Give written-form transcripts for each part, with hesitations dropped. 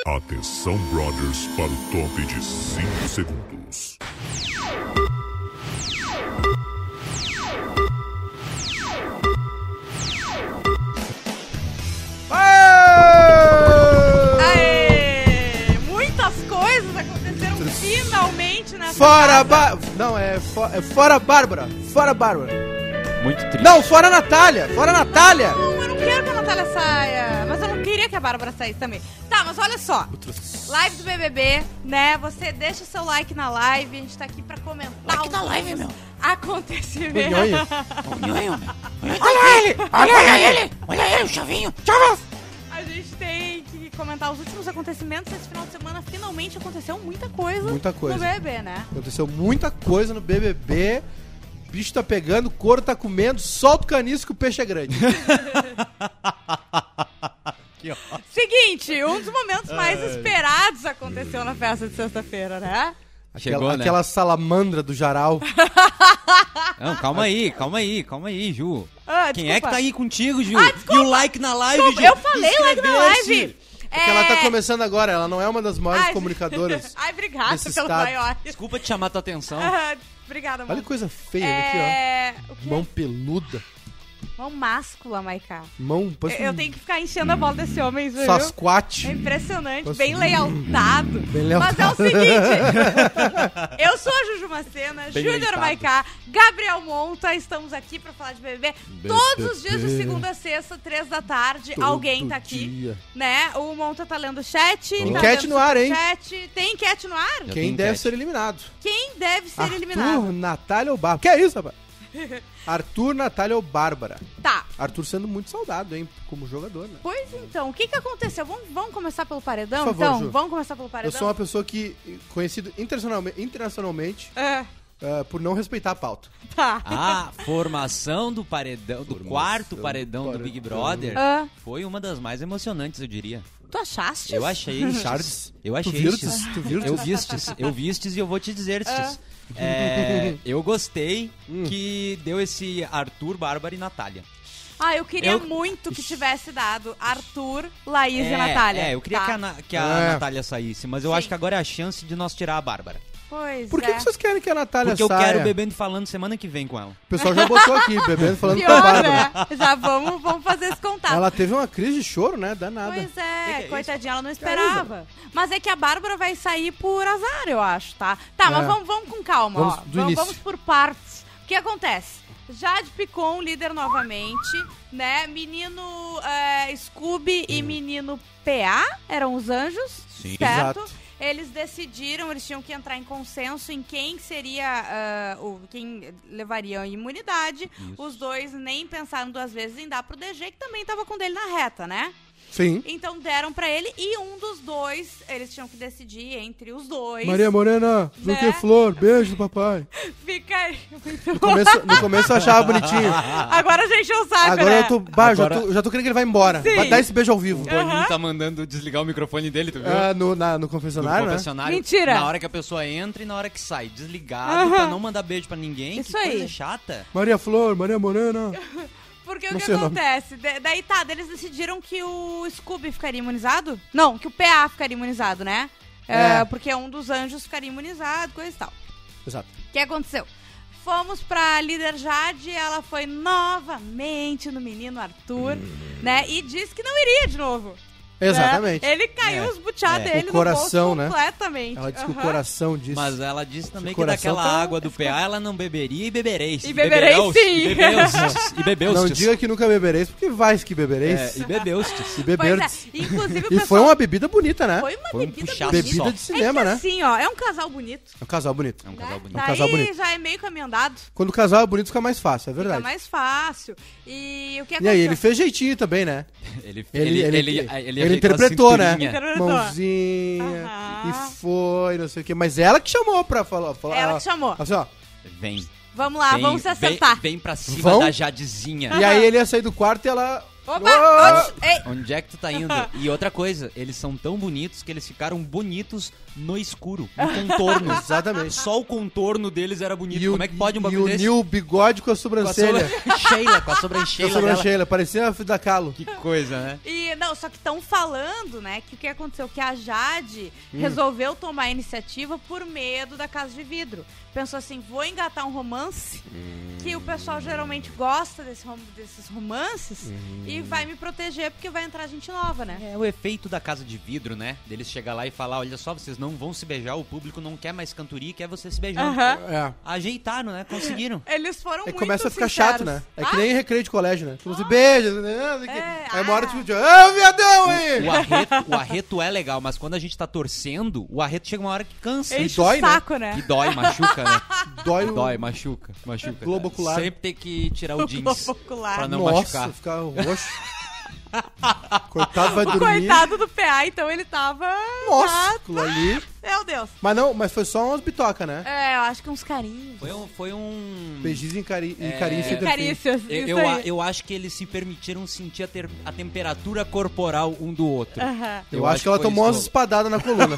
Atenção, brothers, para o top de 5 segundos. Aê! Muitas coisas aconteceram finalmente nessa Fora casa. Não, fora Bárbara. Fora Bárbara. Muito triste. Não, fora Natália. Fora Natália. Não, eu não quero que a Natália saia. Mas eu não queria que a Bárbara saísse também. Tá, mas olha só. Live do BBB, né? Você deixa o seu like na live. A gente tá aqui pra comentar Like na live, meu. acontecimentos. Nhonho. Olha ele, o Chavinho. A gente tem que comentar os últimos acontecimentos. Esse final de semana finalmente aconteceu muita coisa. Muita coisa. No BBB, né? Aconteceu muita coisa no BBB. O bicho tá pegando, o couro tá comendo, solta o caniço que o peixe é grande. Seguinte, um dos momentos mais esperados aconteceu na festa de sexta-feira, né? Chegou, né? Aquela salamandra do Jaral. Não, calma aí, Ju. Ah, Quem desculpa. é que tá aí contigo, Ju? Ah, desculpa. E o like na live, Desculpa, Ju? eu falei like na live. Porque ela tá começando agora, ela não é uma das maiores Ai, comunicadoras. Ai, obrigada desse pelos estado. maiores. Desculpa te chamar tua atenção. Obrigada, Olha mano. que coisa feia aqui, O ó. quê? Mão peluda. Mão máscula, Maiká. Mão... parece Eu um tenho que ficar enchendo a bola desse homem, viu? Sasquatch. É impressionante, Posso- bem lealtado. Bem lealtado. Mas é o seguinte, eu sou a Juju Macena, Bem Júnior leitado. Maiká, Gabriel Monta, estamos aqui pra falar de BBB. Todos os dias de segunda a sexta, 3 da tarde, Todo alguém tá aqui, dia. né? O Monta tá lendo o chat. Tá Enquete lendo no ar, hein? superchat. Tem enquete no ar? Já Quem tem deve enquete. ser eliminado? Quem deve ser Arthur, eliminado? Natália ou Bárbara? Que é isso, rapaz? Arthur, Natália ou Bárbara? Tá. Arthur sendo muito saudado, hein? Como jogador, né? Pois então, o que aconteceu? Vamos começar pelo paredão, Por favor, então? Ju. Vamos começar pelo Eu paredão? sou uma pessoa que... Conhecido internacionalmente É, por não respeitar a pauta. tá. A formação do paredão, do quarto paredão do Big Brother, Ah, foi uma das mais emocionantes, eu diria. tu achaste? Eu achei. Charles? Eu achei. Tu virtes? Tu virtes? Eu vistes e eu vou te dizer. Eu gostei que deu esse Arthur, Bárbara e Natália. Ah, eu queria Eu- muito que tivesse dado Arthur, Laís e Natália. eu queria Tá. que a É. Natália saísse, mas eu Sim. acho que agora é a chance de nós tirar a Bárbara. Pois Por que é. vocês querem que a Natália Porque eu saia? quero Bebendo e Falando semana que vem com ela. O pessoal já botou aqui, bebendo falando com a Pior, Bárbara. né? Já vamos fazer esse contato. Ela teve uma crise de choro, né? Danada. Pois é, Que é coitadinha, ela não esperava. Mas é que a Bárbara vai sair por azar, eu acho, tá? Tá, mas É. vamos com calma, Vamos ó. do início. Vamos por partes. O que acontece? Jade Picon, líder novamente, né? Menino Scooby e menino PA eram os anjos, Sim. certo? Exato. Eles decidiram, eles tinham que entrar em consenso em quem seria, quem levaria a imunidade. Isso. Os dois nem pensaram duas vezes em dar pro DG, que também tava com dele na reta, né? Sim. Então deram pra ele e um dos dois, eles tinham que decidir entre os dois. Maria Morena, Né? Zuque Flor, beijo do papai. Fica aí. Muito No bom. começo eu achava bonitinho. Agora a gente não sabe, Agora né? eu tô... Agora- já tô querendo que ele vá embora. Sim. Vai dar esse beijo ao vivo. O Boninho tá mandando desligar o microfone dele, tu viu? No confessionário, No né? confessionário. Mentira. Na hora que a pessoa entra e na hora que sai. Desligado pra não mandar beijo pra ninguém. Isso que coisa aí. chata. Maria Flor, Maria Morena. Porque o Não que sei o nome. acontece? Daí tá, eles decidiram que o Scooby ficaria imunizado? Não, que o PA ficaria imunizado, né? É. Porque um dos anjos ficaria imunizado, coisa e tal. Exato. O que aconteceu? Fomos pra líder Jade, ela foi novamente no menino Arthur, né? E disse que não iria de novo. Exatamente. Né? Ele caiu os buteados É. dele O coração, no né? bolso completamente. Ela disse que o Aham. coração disse. Mas ela disse também Seu que coração daquela tá- água do PA ela não beberia e bebereis. E beberei sim. E bebeustes. E bebeustes. Não diga que nunca bebereis, porque vais que bebereis. É, e bebeustes. E Pois beberdes. é. Inclusive o E pessoal... foi uma bebida bonita, né? Foi uma Foi um bebida puxado bonita. Bebida só. de cinema, é que né? assim, ó, é um casal bonito. É um casal bonito. É um Né? casal bonito. É um Daí casal bonito. já é meio caminho andado, Quando o casal é bonito, fica mais fácil, é fica verdade. mais fácil. E o que E aconteceu? aí, ele fez jeitinho também, né? Ele Ele ajeitou a interpretou, né? cinturinha. Interpretou. Mãozinha, Aham. e foi, não sei o quê. Mas ela que chamou pra falar. Ela que chamou. Assim, ó. Vem. Vamos lá, vamos se acertar. Vem pra cima Vão? da Jadezinha. E aí ele ia sair do quarto e ela... Opa! Oh! Ei, Onde é que tu tá indo? E outra coisa, eles são tão bonitos que eles ficaram bonitos no escuro, no contorno. Exatamente. Só o contorno deles era bonito. E Como é que pode um e bagulho o desse? Nil, o bigode com a Com a sobrancelha. sobrancelha, com a Com a sobrancelha dela. sobrancelha, parecia a Frida Kahlo. Que coisa, né? e Não, só que estão falando, né, que o que aconteceu? Que a Jade resolveu tomar a iniciativa por medo da Casa de Vidro. Pensou assim, vou engatar um romance, que o pessoal geralmente gosta desses romances, e vai me proteger porque vai entrar gente nova, né? É o efeito da Casa de Vidro, né? Deles chegar lá e falar, olha só, vocês não vão se beijar, o público não quer mais cantoria, quer você se beijando. É. Ajeitaram, né? Conseguiram. Eles foram Aí muito começa a ficar sinceros. chato, né? É que nem recreio de colégio, né? Você beija, né? Aí uma hora ah. tu ah, viadão, hein? O arreto é legal, mas quando a gente tá torcendo, o arreto chega uma hora que cansa. Enche dói, o né? saco, né? E dói, machuca, né? Dói, Machuca. Globo ocular. Sempre tem que tirar o jeans globo ocular. pra não Nossa, machucar. ficar roxo. Coitado vai O dormir. coitado do PA, então ele tava... Nossa, aquilo ali. Meu Deus. Mas foi só umas bitoca, né? É, eu acho que uns carinhos. Foi um... Beijinhos e carinho sem ter fim. Carícias. isso aí. Eu acho que eles se permitiram sentir a temperatura corporal um do outro. Aham. Eu acho que ela foi tomou isso. umas espadadas na coluna.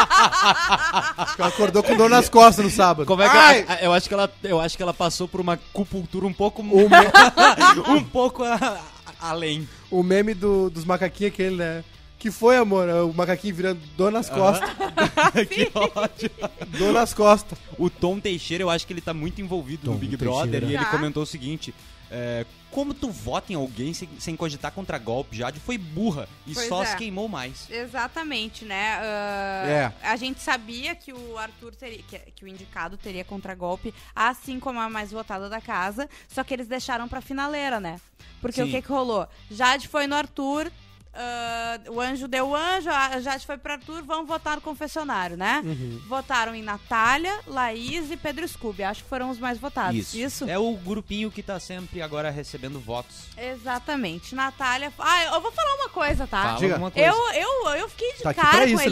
Acho que ela acordou com dor nas costas no sábado. Como é que Ai! eu acho que ela passou por uma acupuntura um pouco um pouco além. O meme dos macaquinhos aquele, né? Que foi, amor? O macaquinho virando dor nas costas. Que ódio. Dor nas costas. O Tom Teixeira, eu acho que ele tá muito envolvido no Tom Big Teixeira. Brother e ele Tá. comentou o seguinte: como tu vota em alguém sem cogitar contra golpe, Jade foi burra e Pois só é. se queimou mais. Exatamente, né? A gente sabia que o Arthur teria, que o indicado teria contragolpe, assim como a mais votada da casa, só que eles deixaram pra finaleira, né? Porque Sim. o que rolou? Jade foi no Arthur, o anjo deu o anjo, a Jade foi pro Arthur, vamos votar no confessionário, né? Votaram em Natália, Laís e Pedro Scooby. Acho que foram os mais votados. Isso? É o grupinho que tá sempre agora recebendo votos. Exatamente. Natália... Ah, eu vou falar uma coisa, tá? Fala Diga. alguma coisa. Eu fiquei de Tá aqui cara pra com isso, ele.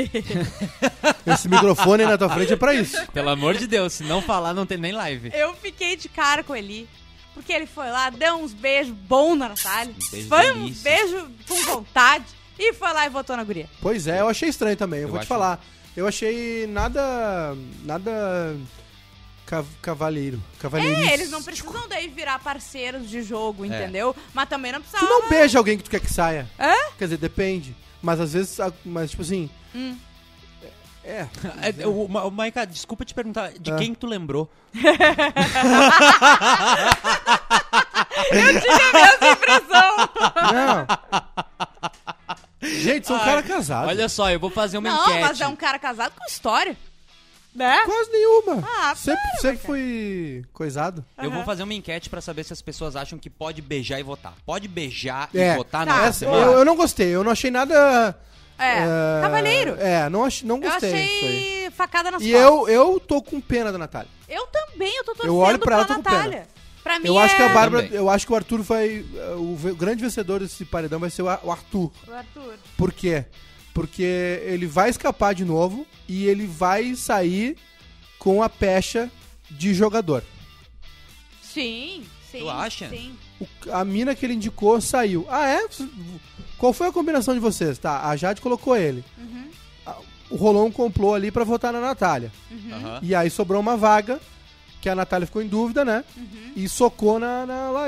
Esse microfone aí na tua frente é pra isso. Pelo amor de Deus, se não falar, não tem nem live. Eu fiquei de cara com ele. Porque ele foi lá, deu uns beijos bons na Natália. beijo Foi um delícia. beijo com vontade. E foi lá e votou na guria. Pois é, eu achei estranho também, eu vou te acho- falar. Eu achei nada cavalheiro. É, eles não precisam daí virar parceiros de jogo, entendeu? Mas também não Tu precisava... não beija alguém que tu quer que saia. Hã? Quer dizer, depende. Mas às vezes, tipo assim... Maica, desculpa te perguntar, de Ah. quem tu lembrou? Eu tive a mesma impressão. Não. Gente, são caras casados. Olha só, eu vou fazer uma Não, enquete. mas é um cara casado com história. Né? Quase nenhuma. Ah, sempre fui coisado. Eu vou fazer uma enquete pra saber se as pessoas acham que pode beijar e votar. Pode beijar É. e votar Tá. na Essa- semana? eu não gostei, eu não achei nada... Cavalheiro. não Eu gostei disso aí. achei facada nas E costas. eu tô com pena da Natália. Eu também, eu tô torcendo Eu olho pra ela, pela tô com pena. Natália. Pra mim Eu acho que a Bárbara, Também. eu acho que o Arthur vai... O grande vencedor desse paredão vai ser o Arthur. O Arthur. Por quê? Porque ele vai escapar de novo e ele vai sair com a pecha de jogador. Sim. Tu acha? Sim. A mina que ele indicou saiu. Ah, é? Qual foi a combinação de vocês? Tá, a Jade colocou ele. Rolou um complô ali pra votar na Natália. Aham. E aí sobrou uma vaga, que a Natália ficou em dúvida, né? E socou na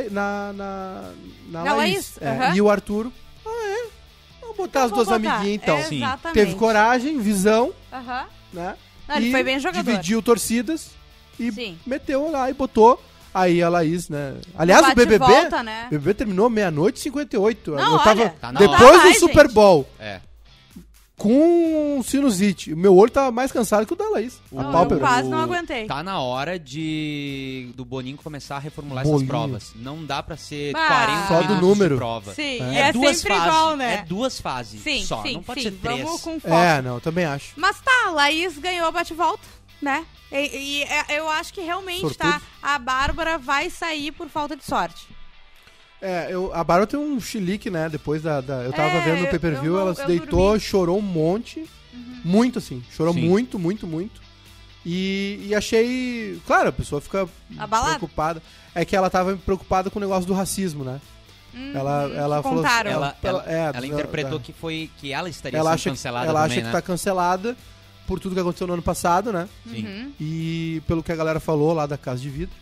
Na Laís, É, aham. E o Arthur... Vamos botar as Vou duas botar. amiguinhas, então. Sim. Exatamente. Teve coragem, visão, Aham. né? Não, ele E foi bem jogador. dividiu torcidas e Sim. meteu lá e botou. Aí a Laís, né? Aliás, o bate e BBB... volta, né? O BBB terminou meia-noite e 58. Não, eu tava olha, tá na depois hora. do Ai, Super gente. Bowl, É. com sinusite. O meu olho tava mais cansado que o da Laís. A Não, pálpebra. eu quase não aguentei. Tá na hora do Boninho começar a reformular Boninho. essas provas. Não dá pra ser Ah. 40 Só do minutos número. de prova. Sim, É. e é duas sempre fases. igual, né? É duas fases Sim, só. sim, Não pode sim. ser três. Vamos com foco. É, não, também acho. Mas tá, Laís ganhou bate-volta, né? Eu acho que realmente, Sortudo. tá, a Bárbara vai sair por falta de sorte. A Bárbara tem um chilique, né? Depois eu tava vendo no pay-per-view, eu ela se eu deitou, dormi. chorou um monte. Muito, assim. Chorou Sim. muito, muito, muito. E achei... Claro, a pessoa fica Abalada? preocupada. É que ela tava preocupada com o negócio do racismo, né? Ela falou... contaram. Ela interpretou que ela estaria ela sendo acha, cancelada ela também, acha que né? tá cancelada por tudo que aconteceu no ano passado, né? Sim. E pelo que a galera falou lá da Casa de Vidro.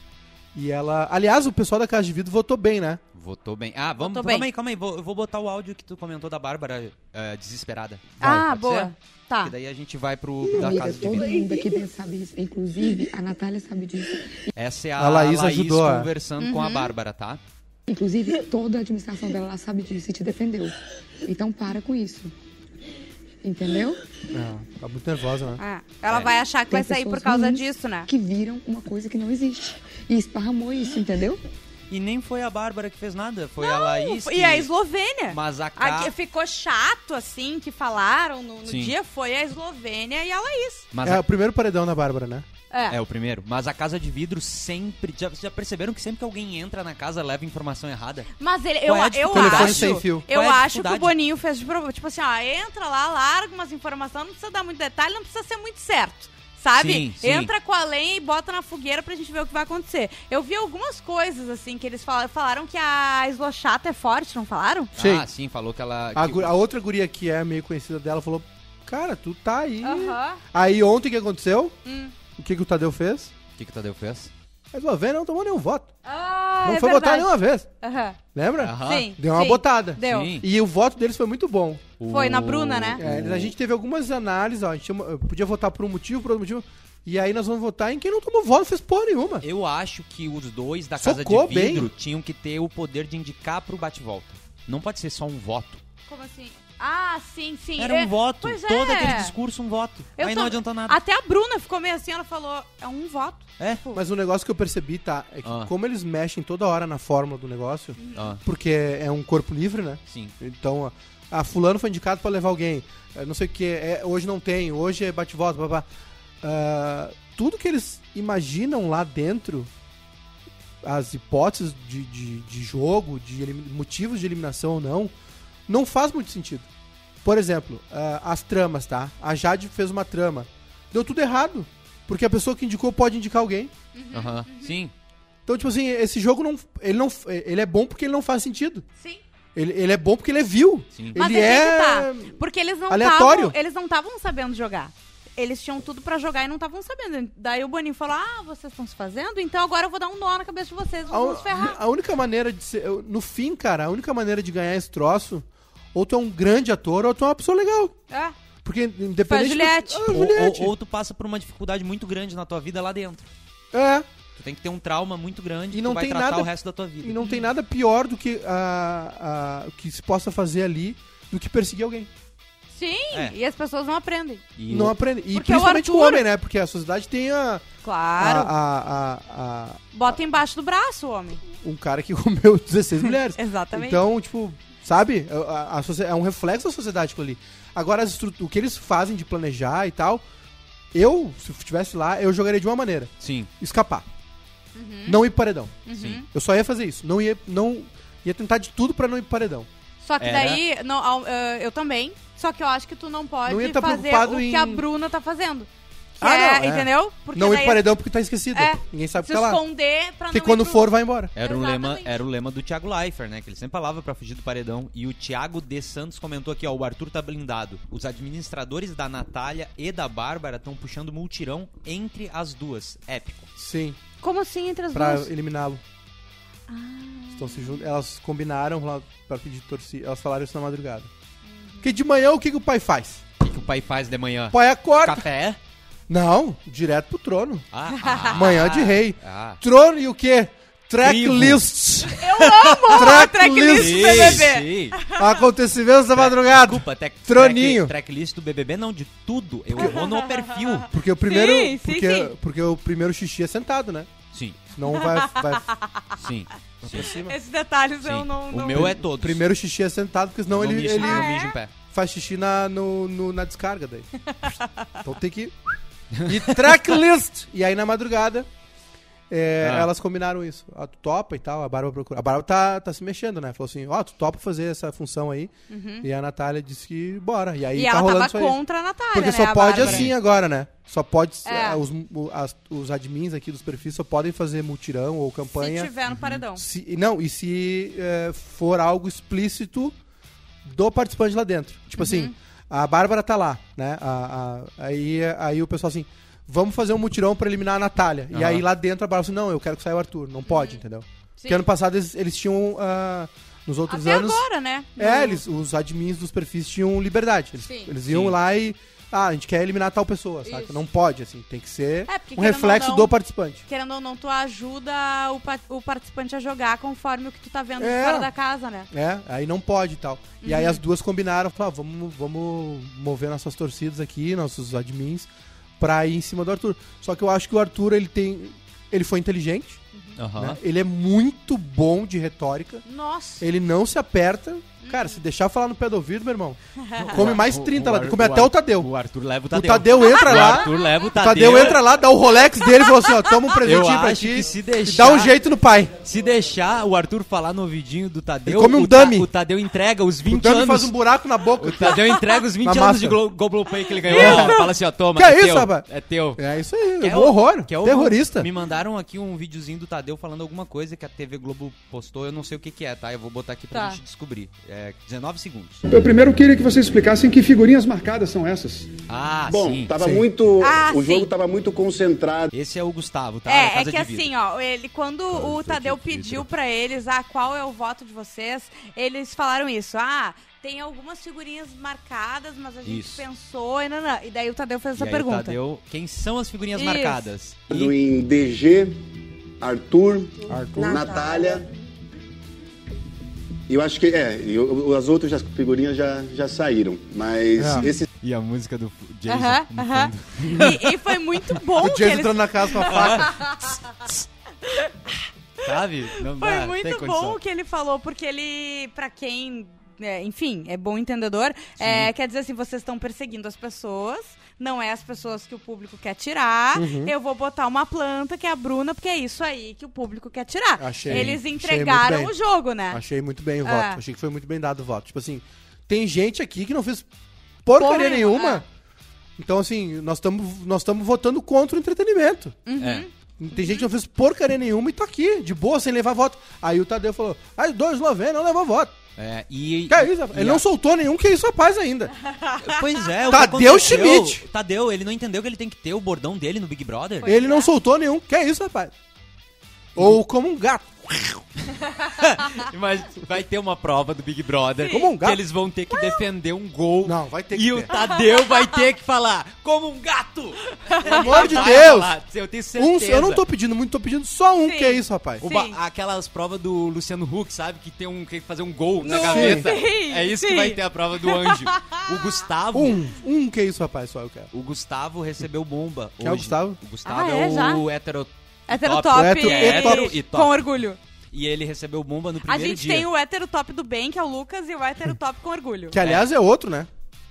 E ela... Aliás, o pessoal da Casa de Vidro votou bem, né? Votou bem. Ah, vamos, Votou bem. calma aí. Eu vou botar o áudio que tu comentou da Bárbara desesperada. Ah, pode boa. ser? Tá. Que daí a gente vai pro da Amiga, Casa de todo Vidro. mundo aqui dentro sabe isso. Inclusive, a Natália sabe disso. Essa é A Laís ajudou, conversando com a Bárbara, tá? Inclusive, toda a administração dela lá sabe disso e te defendeu. Então, para com isso. Entendeu? Tá muito nervosa, né? Ela vai achar que vai sair por pessoas causa ruins disso, né? Que viram uma coisa que não existe. E esparramou isso, entendeu? E nem foi a Bárbara que fez nada, foi a Laís. E a Eslovênia. Mas a Aqui ficou chato, assim, que falaram no Sim. dia, foi a Eslovênia e a Laís. Mas É o primeiro paredão da Bárbara, né? É o primeiro. Mas a Casa de Vidro sempre... Já perceberam que sempre que alguém entra na casa, leva informação errada? Mas ele, Qual é a eu dificuldade? acho, Sem fio. eu Qual é a acho que o dificuldade? Boninho fez de provo. Tipo assim, ó, entra lá, larga umas informações, não precisa dar muito detalhe, não precisa ser muito certo. Sabe? Sim, sim. Entra com a lenha e bota na fogueira pra gente ver o que vai acontecer. Eu vi algumas coisas, assim, que eles falaram que a Eslochata é forte, não falaram? Sim. Ah, sim, falou que ela... A outra guria que é meio conhecida dela falou, cara, tu tá aí. Aham. Aí ontem o que aconteceu? O que o Tadeu fez? O que o Tadeu fez? A Eslovênia não tomou nenhum voto. Ah, Não é foi votar verdade. nenhuma vez. Aham. Lembra? Aham. Sim. Deu uma sim. botada. Deu. Sim. E o voto deles foi muito bom. Foi na Bruna, né? A gente teve algumas análises, ó. A gente podia votar por um motivo, por outro motivo. E aí nós vamos votar em quem não tomou voto, não fez porra nenhuma. Eu acho que os dois da Casa Socou de Vidro bem. tinham que ter o poder de indicar pro bate-volta. Não pode ser só um voto. Como assim? Ah, sim, sim. Era um voto. Pois Todo é. aquele discurso, um voto. Eu Aí tô- não adiantou nada. Até a Bruna ficou meio assim, ela falou, é um voto. É? Tipo, Mas o negócio que eu percebi, tá? É que como eles mexem toda hora na fórmula do negócio, Ah, porque é um corpo livre, né? sim. Então, fulano foi indicado pra levar alguém. Não sei o que, hoje não tem, hoje é bate-volta, blá, blá. Tudo que eles imaginam lá dentro, as hipóteses de jogo, motivos de eliminação ou não faz muito sentido. Por exemplo, as tramas, tá? A Jade fez uma trama. Deu tudo errado. Porque a pessoa que indicou pode indicar alguém. Aham. Sim. Então, tipo assim, esse jogo ele é bom porque ele não faz sentido. sim. Ele é bom porque ele é vil. Sim. Mas Ele é é que tá. Porque eles não aleatório. estavam. Eles não estavam sabendo jogar. Eles tinham tudo pra jogar e não estavam sabendo. Daí o Boninho falou: vocês estão se fazendo? Então agora eu vou dar um nó na cabeça de vocês, vamos nos ferrar. A única maneira de ser... No fim, cara, a única maneira de ganhar esse troço, ou tu é um grande ator, ou tu é uma pessoa legal. É. Porque independente... Juliette. Juliette. Ou tu passa por uma dificuldade muito grande na tua vida lá dentro. É. Tu tem que ter um trauma muito grande E que não tu vai tem tratar nada- o resto da tua vida. E não tem nada pior do que o que se possa fazer ali do que perseguir alguém. Sim, É. e as pessoas não aprendem. E Não o- aprende. E Porque principalmente o o Arthur- homem, né? Porque a sociedade tem Claro. a- Bota embaixo do braço, homem. um cara que comeu 16 mulheres. Exatamente. Então, tipo, sabe? É um reflexo da sociedade aquilo ali. Agora, o que eles fazem de planejar e tal, se eu estivesse lá, eu jogaria de uma maneira. Sim, Escapar. Não ir pro paredão. sim. Eu só ia fazer isso. Não ia tentar de tudo pra não ir pro paredão. Só que Era. daí, eu também. Só que eu acho que tu não pode Não ia tá fazer preocupado o em- que a Bruna tá fazendo. Que Ah, é, não, é. entendeu? Porque Não ir daí pro paredão porque tá esquecido. É. Ninguém sabe o se que tá lá. esconder pra Porque não quando ir pro... for, vai embora. Era Exatamente. o lema do Thiago Leifert, né? Que ele sempre falava pra fugir do paredão. E o Thiago de Santos comentou aqui, ó, o Arthur tá blindado. Os administradores da Natália e da Bárbara estão puxando multirão entre as duas. Épico. Sim, Como assim entre as pra duas? eliminá-lo. Estão se juntando. Elas combinaram lá pra pedir torcida. Elas falaram isso na madrugada. Porque de manhã, o que o pai faz? O que o pai faz de manhã? O pai acorda. Café? Não, direto pro trono. Ah, Manhã de rei. Ah. Trono e o quê? Tracklist. Eu amo a tracklist Tracklist. do BBB. Sim. Acontecimentos da madrugada. Desculpa, Troninho. Tracklist do BBB não, de tudo. Eu vou no perfil. Porque o primeiro. Sim, sim, sim. Porque o primeiro xixi é sentado, né? Sim, Senão vai sim. pra cima. Esses detalhes sim. eu não... O meu é todos. Primeiro xixi é sentado, porque senão Eu não ele mijo, eu não mijo em pé. faz xixi na descarga daí. Então tem que. E tracklist! E aí na madrugada, elas combinaram isso. Tu topa e tal, a Bárbara procurou. A Bárbara tá se mexendo, né? Falou assim, tu topa fazer essa função aí. E a Natália disse que bora. E aí E tá ela rolando tava isso aí. contra a Natália, Porque né? só a pode Bárbara. assim agora, né? Só pode. É. Os admins aqui dos perfis só podem fazer mutirão ou campanha. Se tiver no paredão. Se for algo explícito do participante lá dentro. Tipo assim, a Bárbara tá lá, né? Aí o pessoal assim, vamos fazer um mutirão pra eliminar a Natália. E aí lá dentro a Bárbara falou, não, eu quero que saia o Arthur. Não pode, entendeu? Sim. Porque ano passado eles tinham, nos outros Até anos... agora, né? os admins dos perfis tinham liberdade. Sim. Eles iam lá e... a gente quer eliminar tal pessoa, saca? Isso. Não pode, assim. Tem que ser porque um querendo reflexo ou não, do participante. Querendo ou não, tu ajuda o participante a jogar conforme o que tu tá vendo É. fora da casa, né? Aí não pode e tal. E aí as duas combinaram, falaram, vamos mover nossas torcidas aqui, nossos admins, pra ir em cima do Arthur. Só que eu acho que o Arthur, ele foi inteligente, né? Ele é muito bom de retórica, Nossa. ele não se aperta. Cara, se deixar falar no pé do ouvido, meu irmão, come mais 30 lá, come até o Tadeu. O Arthur leva o O Tadeu. Tadeu entra O lá, Arthur leva o o Tadeu. Tadeu entra lá, dá o Rolex dele e fala assim, ó, toma um presentinho Eu pra acho ti que se e deixar- dá um jeito no pai. Se deixar o Arthur falar no ouvidinho do Tadeu, Ele come um o dummy. O Tadeu entrega os 20 O Dami anos. faz um buraco na boca. O Tadeu entrega os 20 Na anos de máscara. Globoplay que ele ganhou. Ó, fala assim, ó, toma, Que é isso, teu, rapaz? é teu. É isso aí, Que é um horror, que é o- terrorista. Me mandaram aqui um videozinho do Tadeu falando alguma coisa que a TV Globo postou, eu não sei o que é, tá? Eu vou botar aqui pra Tá. gente descobrir. 19 segundos. Eu primeiro queria que vocês explicassem que figurinhas marcadas são essas. Ah, Bom, sim. tava sim. muito. Ah, o jogo sim. tava muito concentrado. Esse é o Gustavo, tá? Da É Casa que de Vidro. assim, ó, quando o Tadeu pediu pra eles, qual é o voto de vocês, eles falaram isso, tem algumas figurinhas marcadas, mas a gente Isso. pensou, e daí o Tadeu fez E essa aí, pergunta. Tadeu, quem são as figurinhas Isso. marcadas? Em DG, Arthur, Arthur. Natália. E eu acho que. As outras figurinhas já saíram. Mas É. esse. E a música do Jason. Aham, no aham. fundo. E foi muito bom O que Jason eles... entrando na casa com a faca. Sabe? Não Foi dá, tem muito condição. bom o que ele falou, porque ele, pra quem, enfim, é bom entendedor, quer dizer assim, vocês estão perseguindo as pessoas, não é as pessoas que o público quer tirar, eu vou botar uma planta, que é a Bruna, porque é isso aí que o público quer tirar. Eles achei entregaram muito o jogo, né? Achei muito bem o É. voto. Achei que foi muito bem dado o voto. Tipo assim, tem gente aqui que não fez porcaria Porra nenhuma, nenhuma. Então, assim, nós estamos votando contra o entretenimento. É. Tem gente que não fez porcaria nenhuma e tá aqui, de boa, sem levar voto. Aí o Tadeu falou, 2 eslovenos não levou voto. Que é isso, rapaz? Ele não soltou nenhum, que é isso, rapaz, ainda. Pois é, o Tadeu que aconteceu- Schmidt. Tadeu, ele não entendeu que ele tem que ter o bordão dele no Big Brother? Ele não soltou nenhum, que é isso, rapaz. Ou como um gato. Mas vai ter uma prova do Big Brother Como um gato. que eles vão ter que defender um gol. Não, vai ter que E ter. o Tadeu vai ter que falar, como um gato! Pelo amor de Vai Deus. falar, eu tenho certeza. Eu não tô pedindo muito, tô pedindo só um, Sim. que é isso, rapaz. Sim. Aquelas provas do Luciano Huck, sabe? Que tem que fazer um gol na Sim. gaveta. Sim, É isso sim. que vai ter a prova do anjo. O Gustavo... Um que é isso, rapaz, só eu quero. O Gustavo recebeu bomba Quem é o Gustavo? O Gustavo Ah, já? o hétero Heterotop Hétero e e top. com orgulho. E ele recebeu bomba no A primeiro gente dia. tem o heterotop do bem, que é o Lucas, e o heterotop com orgulho. Que, aliás, é outro, né?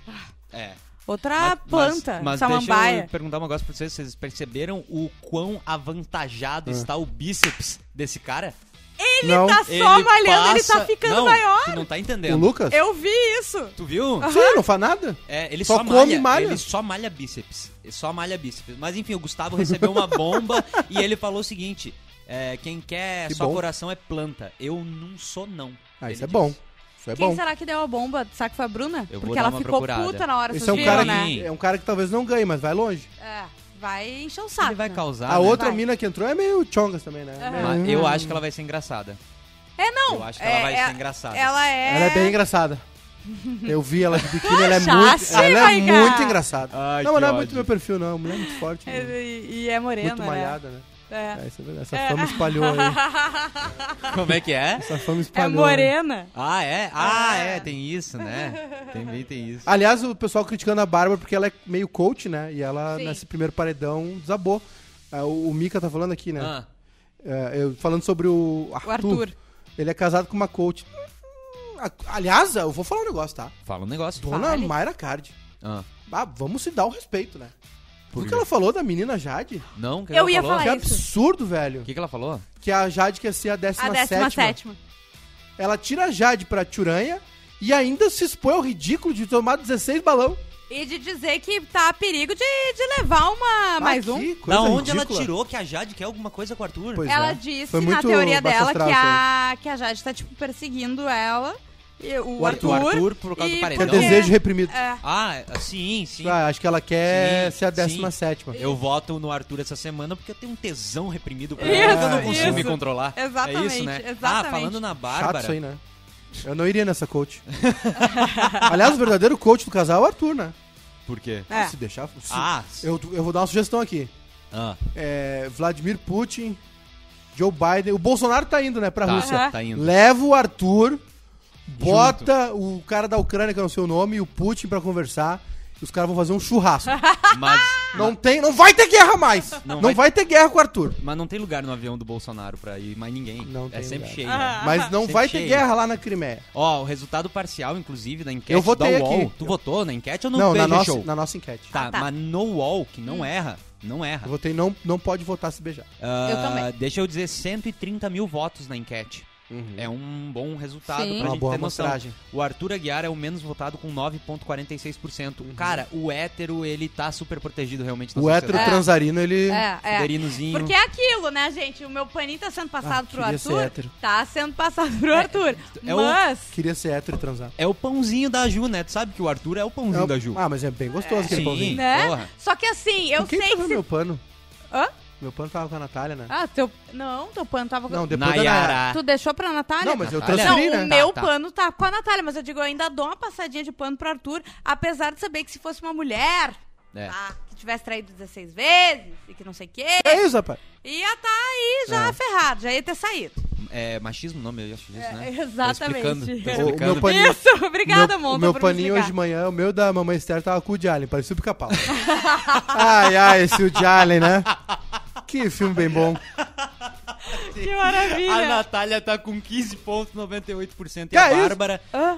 É. Outra planta, Mas deixa samambaia. eu perguntar um negócio pra vocês. Vocês perceberam o quão avantajado está o bíceps desse cara? Ele Não. tá só malhando, ele tá ficando não, maior. Tu não tá O entendendo. Lucas? Eu vi isso. Tu viu? Sim, não faz nada. É, ele Só só, come e malha. Ele só malha bíceps. Ele só malha bíceps. Mas enfim, o Gustavo recebeu uma bomba e ele falou o seguinte: quem quer Que só bom. coração é planta. Eu não sou, não. Ah, isso Ele é bom. disse. Isso é Quem bom. será que deu a bomba? Será que foi a Bruna? Eu vou Porque dar ela uma ficou procurada. puta na hora, Esse vocês é um viram, cara né? que, é um cara que talvez não ganhe, mas vai longe. É, vai encher o saco. Ele vai né? causar. A né? outra Vai. mina que entrou é meio chongas também, né? Mas eu acho que ela vai ser engraçada. Não. Eu acho que ela vai ser engraçada. Ela é... Ela é bem engraçada. Eu vi ela de biquíni, ela é Achasse, muito, ela é vai, cara. muito engraçada. Ai, Não, que mas não é ódio. muito meu perfil, não. Mulher muito forte. né? E é morena, Muito malhada, né? né? É, isso é verdade. Essa fama espalhou aí. Como é que é? Essa fama É espalhou. morena. Ah, é? Tem isso, né? Também tem isso. Aliás, o pessoal criticando a Bárbara porque ela é meio coach, né? E ela, Sim. nesse primeiro paredão, desabou. O Mika tá falando aqui, né? Ah, Eu falando sobre o Arthur. O Arthur. Ele é casado com uma coach. Aliás, eu vou falar um negócio, tá? fala um negócio. Dona Fale. Mayra Card. Ah, Vamos se dar o respeito, né? Por O que quê? ela falou da menina Jade? não? Que Eu ela ia falou? falar Que isso. absurdo, velho. O que ela falou? Que a Jade quer ser a 17ª. A 17ª. Ela tira a Jade pra Turanha e ainda se expõe ao ridículo de tomar 16 balão. E de dizer que tá a perigo de levar mais um. Que coisa Da onde ela ridícula. tirou que a Jade quer alguma coisa com o Arthur? Pois Ela é. disse Foi na muito teoria baixo dela astral que isso aí. que a Jade tá, tipo, perseguindo ela E o O Arthur por causa do e Que paredão. é porque- desejo reprimido. É. Ah, sim. Ah, acho que ela quer Sim, ser a sim. 17ª. Eu voto no Arthur essa semana porque eu tenho um tesão reprimido por Isso, ele. Eu não consigo isso. me controlar. Exatamente, É isso, né? exatamente. Ah, falando na Chato Bárbara. isso aí, né? Eu não iria nessa coach. Aliás, o verdadeiro coach do casal é o Arthur, né? Por quê? É. Se deixar... Eu... Eu vou dar uma sugestão aqui. Vladimir Putin, Joe Biden... O Bolsonaro tá indo, né, pra Rússia. Tá indo. Leva o Arthur, bota o cara da Ucrânia, que é o seu nome, e o Putin pra conversar. E os caras vão fazer um churrasco. Mas Não vai ter guerra mais. Não vai ter guerra com o Arthur. não tem lugar no avião do Bolsonaro pra ir mais ninguém. Não tem é sempre lugar. cheio. Né? Mas não Sempre vai ter cheio. guerra lá na Crimeia. Ó, o resultado parcial, inclusive, da enquete Eu votei da UOL. aqui. Tu votou na enquete ou no Não, BG na Show? nossa enquete. Tá, tá. mas no UOL, que não erra. Eu votei não pode votar se beijar. Eu também. Deixa eu dizer, 130 mil votos na enquete. É um bom resultado Sim. pra Uma gente boa ter noção. amostragem. O Arthur Aguiar é o menos votado com 9,46%. Cara, o hétero, ele tá super protegido realmente na O hétero sociedade. transarino, ele... Fuderinozinho. Porque é aquilo, né, gente? O meu paninho tá sendo passado pro queria ser Arthur. hétero. Tá sendo passado pro Arthur. é o- Mas... Queria ser hétero e transar. É o pãozinho da Ju, né? Tu sabe que o Arthur é o pãozinho da Ju. Ah, mas é bem gostoso aquele Sim. pãozinho. Né? Porra. Só que assim, eu Quem sei tava que se... meu pano? Hã? Meu pano tava com a Natália, né? Ah, teu pano tava... Não, depois da Nayara. Nayara. Tu deixou pra Natália? Não, mas eu Natália? transferi, Não, né? o meu Tá. pano tá com a Natália, mas eu digo, eu ainda dou uma passadinha de pano pro Arthur, apesar de saber que se fosse uma mulher, É. tá, que tivesse traído 16 vezes e que não sei o quê, É isso, rapaz. ia tá aí já ferrado, já ia ter saído. É machismo o nome, eu acho disso, né? Exatamente. Tô O explicando. meu paninho, Isso, obrigada, Monta, o meu por me paninho explicar. hoje de manhã, o meu da mamãe Esther tava com o Woody Allen, parecia o Pica-Pau. Ai, esse Woody Allen, né? Que filme bem bom. Que maravilha. A Natália tá com 15,98% e Que a é isso? Bárbara Hã?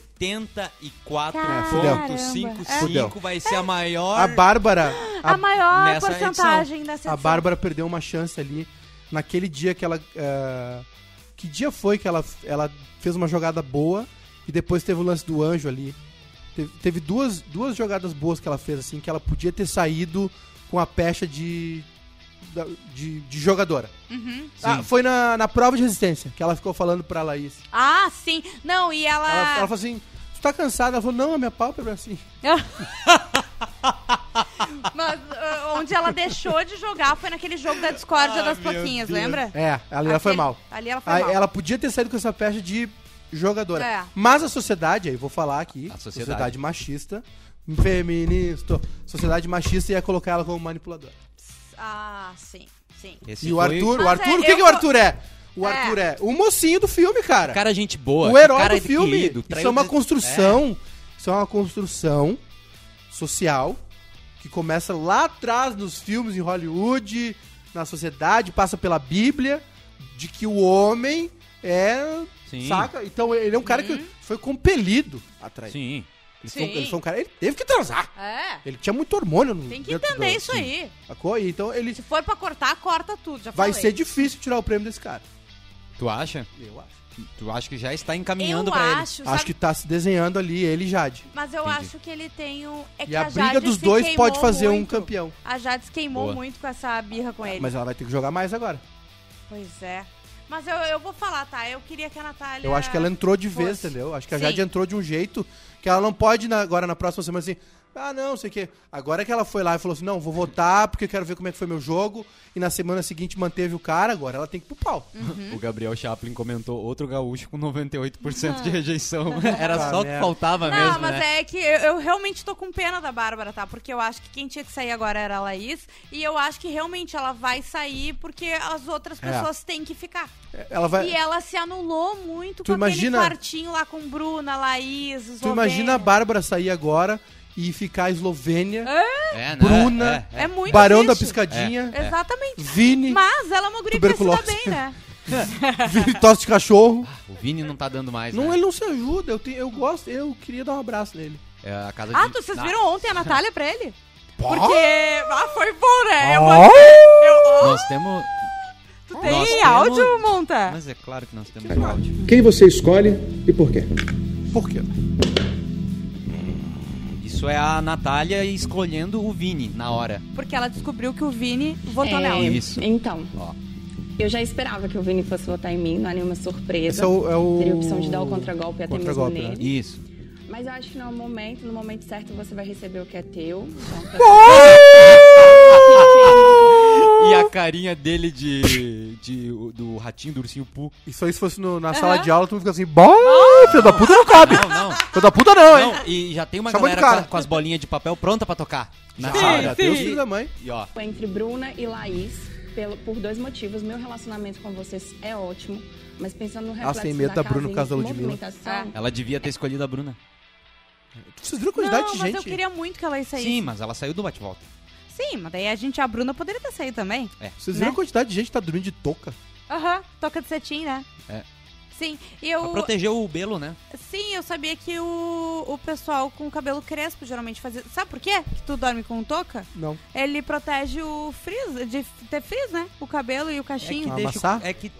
74,55. Fudeu. Vai ser a maior. A Bárbara... A maior nessa porcentagem dessa A edição. Bárbara perdeu uma chance ali naquele dia que ela... Que dia foi que ela fez uma jogada boa e depois teve o lance do anjo ali? Teve duas jogadas boas que ela fez, assim, que ela podia ter saído com a pecha de jogadora. Ah, foi na prova de resistência, que ela ficou falando pra Laís. Ah, sim. Não, e Ela falou assim, tu tá cansada? Ela falou, não, a minha pálpebra é assim. Mas onde ela deixou de jogar foi naquele jogo da discórdia das meu plaquinhas, Deus. lembra? É, ali ela foi mal. Ali ela foi Aí mal. ela podia ter saído com essa pecha de jogadora. É. Mas a sociedade, aí vou falar aqui, A sociedade. machista, feminista, sociedade machista ia colocar ela como manipuladora. Ah, sim, sim. Esse E o foi Arthur, Mas o é, que eu o vou- Arthur é? O Arthur é o mocinho do filme, cara. Cara, gente boa. O herói cara do filme. querido, Isso traiu é uma des- construção. Isso é uma construção social que começa lá atrás nos filmes em Hollywood, na sociedade, passa pela Bíblia, de que o homem é. Sim. Saca? Então ele é um cara que foi compelido a trair. Sim. Ele foi um cara. Ele teve que transar. É, Ele tinha muito hormônio no tem que dentro entender do- isso Sim. aí. Sacou? E então ele Se for pra cortar, corta tudo, já vai falei. ser difícil tirar o prêmio desse cara. Tu acha? Eu acho. Tu acha que já está encaminhando Eu pra ele? acho, sabe? Acho que tá se desenhando ali ele e Jade. Mas eu Entendi. acho que ele tem um... É que E a Jade briga dos se dois queimou pode fazer um muito. campeão. A Jade se queimou Boa. muito com essa birra com ele. Mas ela vai ter que jogar mais agora. Pois é. Mas eu vou falar, tá? Eu queria que a Natália... Eu acho que ela entrou de vez, fosse. entendeu? Acho que a Sim. Jade entrou de um jeito que ela não pode agora na próxima semana assim, ah, não, sei o quê. Agora que ela foi lá e falou assim, não, vou votar porque eu quero ver como é que foi meu jogo. E na semana seguinte manteve o cara, agora ela tem que ir pro pau. O Gabriel Chaplin comentou outro gaúcho com 98% de rejeição. Era Puta só o que merda. faltava Não, mesmo, mas né? é que eu realmente tô com pena da Bárbara, tá? Porque eu acho que quem tinha que sair agora era a Laís. E eu acho que realmente ela vai sair porque as outras pessoas têm que ficar. Ela vai. E ela se anulou muito Tu com imagina- aquele quartinho lá com Bruna, Laís, Tu Eslovênia. imagina a Bárbara sair agora e ficar Eslovênia, É, né? Bruna, É muito Barão da triste. Piscadinha, Exatamente. Vini, Mas ela é uma guria que se dá Tuberculose. bem, né? Vini tosse de cachorro. O Vini não tá dando mais, Não, né? ele não se ajuda. Eu gosto, eu queria dar um abraço nele. É a casa Ah, de... vocês Ah, viram ontem a Natália pra ele? Pô. Porque... Ah, foi bom, né? Nós temos... Tu Nós tem temos- áudio, Monta? Mas é claro que nós temos o áudio. Quem você escolhe e por quê? Por quê? Isso é a Natália escolhendo o Vini na hora. Porque ela descobriu que o Vini votou nela. Isso. Então, Ó. Eu já esperava que o Vini fosse votar em mim, não há nenhuma surpresa. Esse é o... Teria a opção de dar o contragolpe até mesmo Contragolpe, né? nele. Isso. Mas eu acho que no momento certo você vai receber o que é teu. Então, E a carinha dele do ratinho do ursinho Poo. Isso aí, se fosse na sala de aula, tu fica assim, bom, filho da puta não cabe. Não. Filho da puta não, hein? Não, e já tem uma Chamou de galera cara. com as bolinhas de papel pronta pra tocar. Na Ah, sala. já tem os filhos da mãe. E ó, entre Bruna e Laís, por 2 motivos. Meu relacionamento com vocês é ótimo, mas pensando no reflexo tem medo da Bruna no caso da e Ludmilla. movimentação, ela devia ter escolhido a Bruna. Vocês viram a quantidade Não, de mas gente? eu queria muito que ela saísse. Sim, mas ela saiu do bate-volta. Sim, mas daí a Bruna poderia ter saído também. Vocês viram né? a quantidade de gente que tá dormindo de touca? Aham, toca de cetim, né? É. Sim, e eu... Pra proteger o Belo, né? Sim, eu sabia que o pessoal com cabelo crespo geralmente fazia... Sabe por quê que tu dorme com touca? Não. Ele protege o frizz, de ter frizz, né? O cabelo e o cachinho. Amassar? É que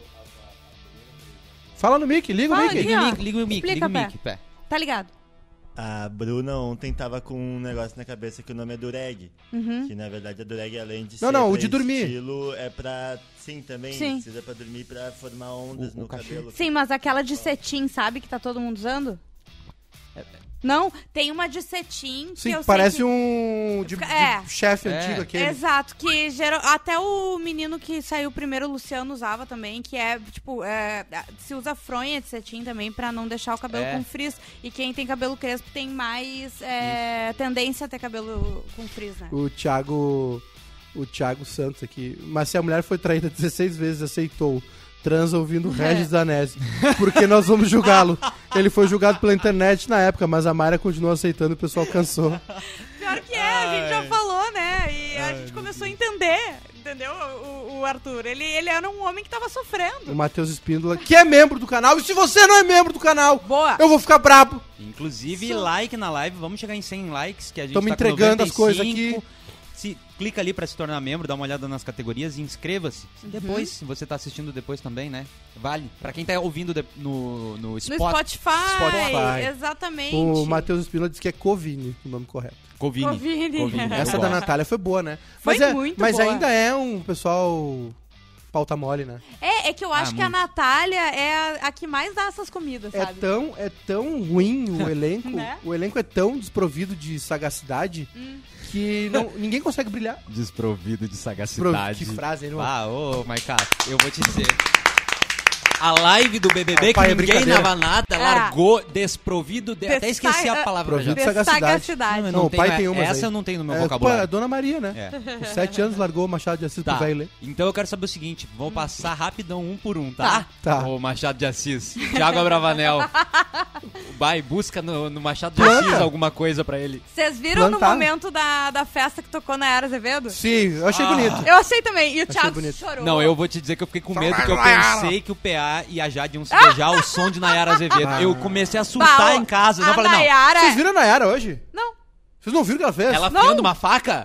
Fala no mic, liga o Fala mic. aqui, ó. liga o mic, Explica, liga o Pé. mic, pé. Tá ligado? A Bruna ontem tava com um negócio na cabeça que o nome é dureg. Uhum. Que na verdade a dureg, além de Não, ser não, o pra de dormir. estilo, é pra... Sim, também. Sim. Precisa pra dormir, pra formar ondas no cabelo. Sim, mas aquela de cetim, sabe? Que tá todo mundo usando? Não, tem uma de cetim que Sim, eu parece sei que... um de chefe É. antigo aquele. Exato, que até o menino que saiu primeiro, o Luciano, usava também, que é, tipo, se usa fronha de cetim também pra não deixar o cabelo com frizz. E quem tem cabelo crespo tem mais tendência a ter cabelo com frizz, né? O Thiago Santos aqui. Mas se a mulher foi traída 16 vezes, aceitou. Transa ouvindo Regis Danese. Porque nós vamos julgá-lo. Ele foi julgado pela internet na época, mas a Mayra continuou aceitando e o pessoal cansou. Pior que a gente já falou, né? E a gente começou a entender, entendeu? O Arthur. Ele era um homem que tava sofrendo. O Matheus Espíndola, que é membro do canal. E se você não é membro do canal, Boa. eu vou ficar brabo. Inclusive, like na live. Vamos chegar em 100 likes, que a gente Tamo tá com entregando 95. as coisas aqui. Clica ali pra se tornar membro, dá uma olhada nas categorias e inscreva-se. Depois, se você tá assistindo depois também, né? Vale. Pra quem tá ouvindo no Spotify. Exatamente. O Matheus Espíndola disse que é Covini, o nome correto. Covini. Essa da Natália foi boa, né? Foi Mas muito mas boa. ainda é um pessoal pauta mole, né? É que eu acho que a Natália é a que mais dá essas comidas, É sabe? tão ruim o elenco. Né? O elenco é tão desprovido de sagacidade que ninguém consegue brilhar. Desprovido de sagacidade. Que frase, hein? Ô, Maiká, eu vou te dizer. A live do BBB Pai, que é ninguém brincadeira. dava nada, largou desprovido de... Até esqueci a palavra. Provido de já. sagacidade. eu Não, o pai tenho, tem umas essa aí. eu não tenho no meu É vocabulário. a Dona Maria, né? É. Com 7 anos largou o Machado de Assis pro velho ler. Então eu quero saber o seguinte, vamos passar rapidão um por um, tá? Tá. O Machado de Assis, Thiago Abravanel. Vai, busca no Machado de Planta. Assis alguma coisa pra ele. Vocês viram Plantar. no momento da festa que tocou na Era Azevedo? Sim, eu achei bonito. Eu achei também. E o Thiago bonito. chorou. Não, eu vou te dizer que eu fiquei com medo, porque eu pensei que o PA e a Jade iam se beijar ao som de Nayara Azevedo. Eu comecei a surtar em casa. Não, A eu falei, não. Nayara... Vocês viram a Nayara hoje? Não. Vocês não viram o que ela fez? Ela afiando uma faca?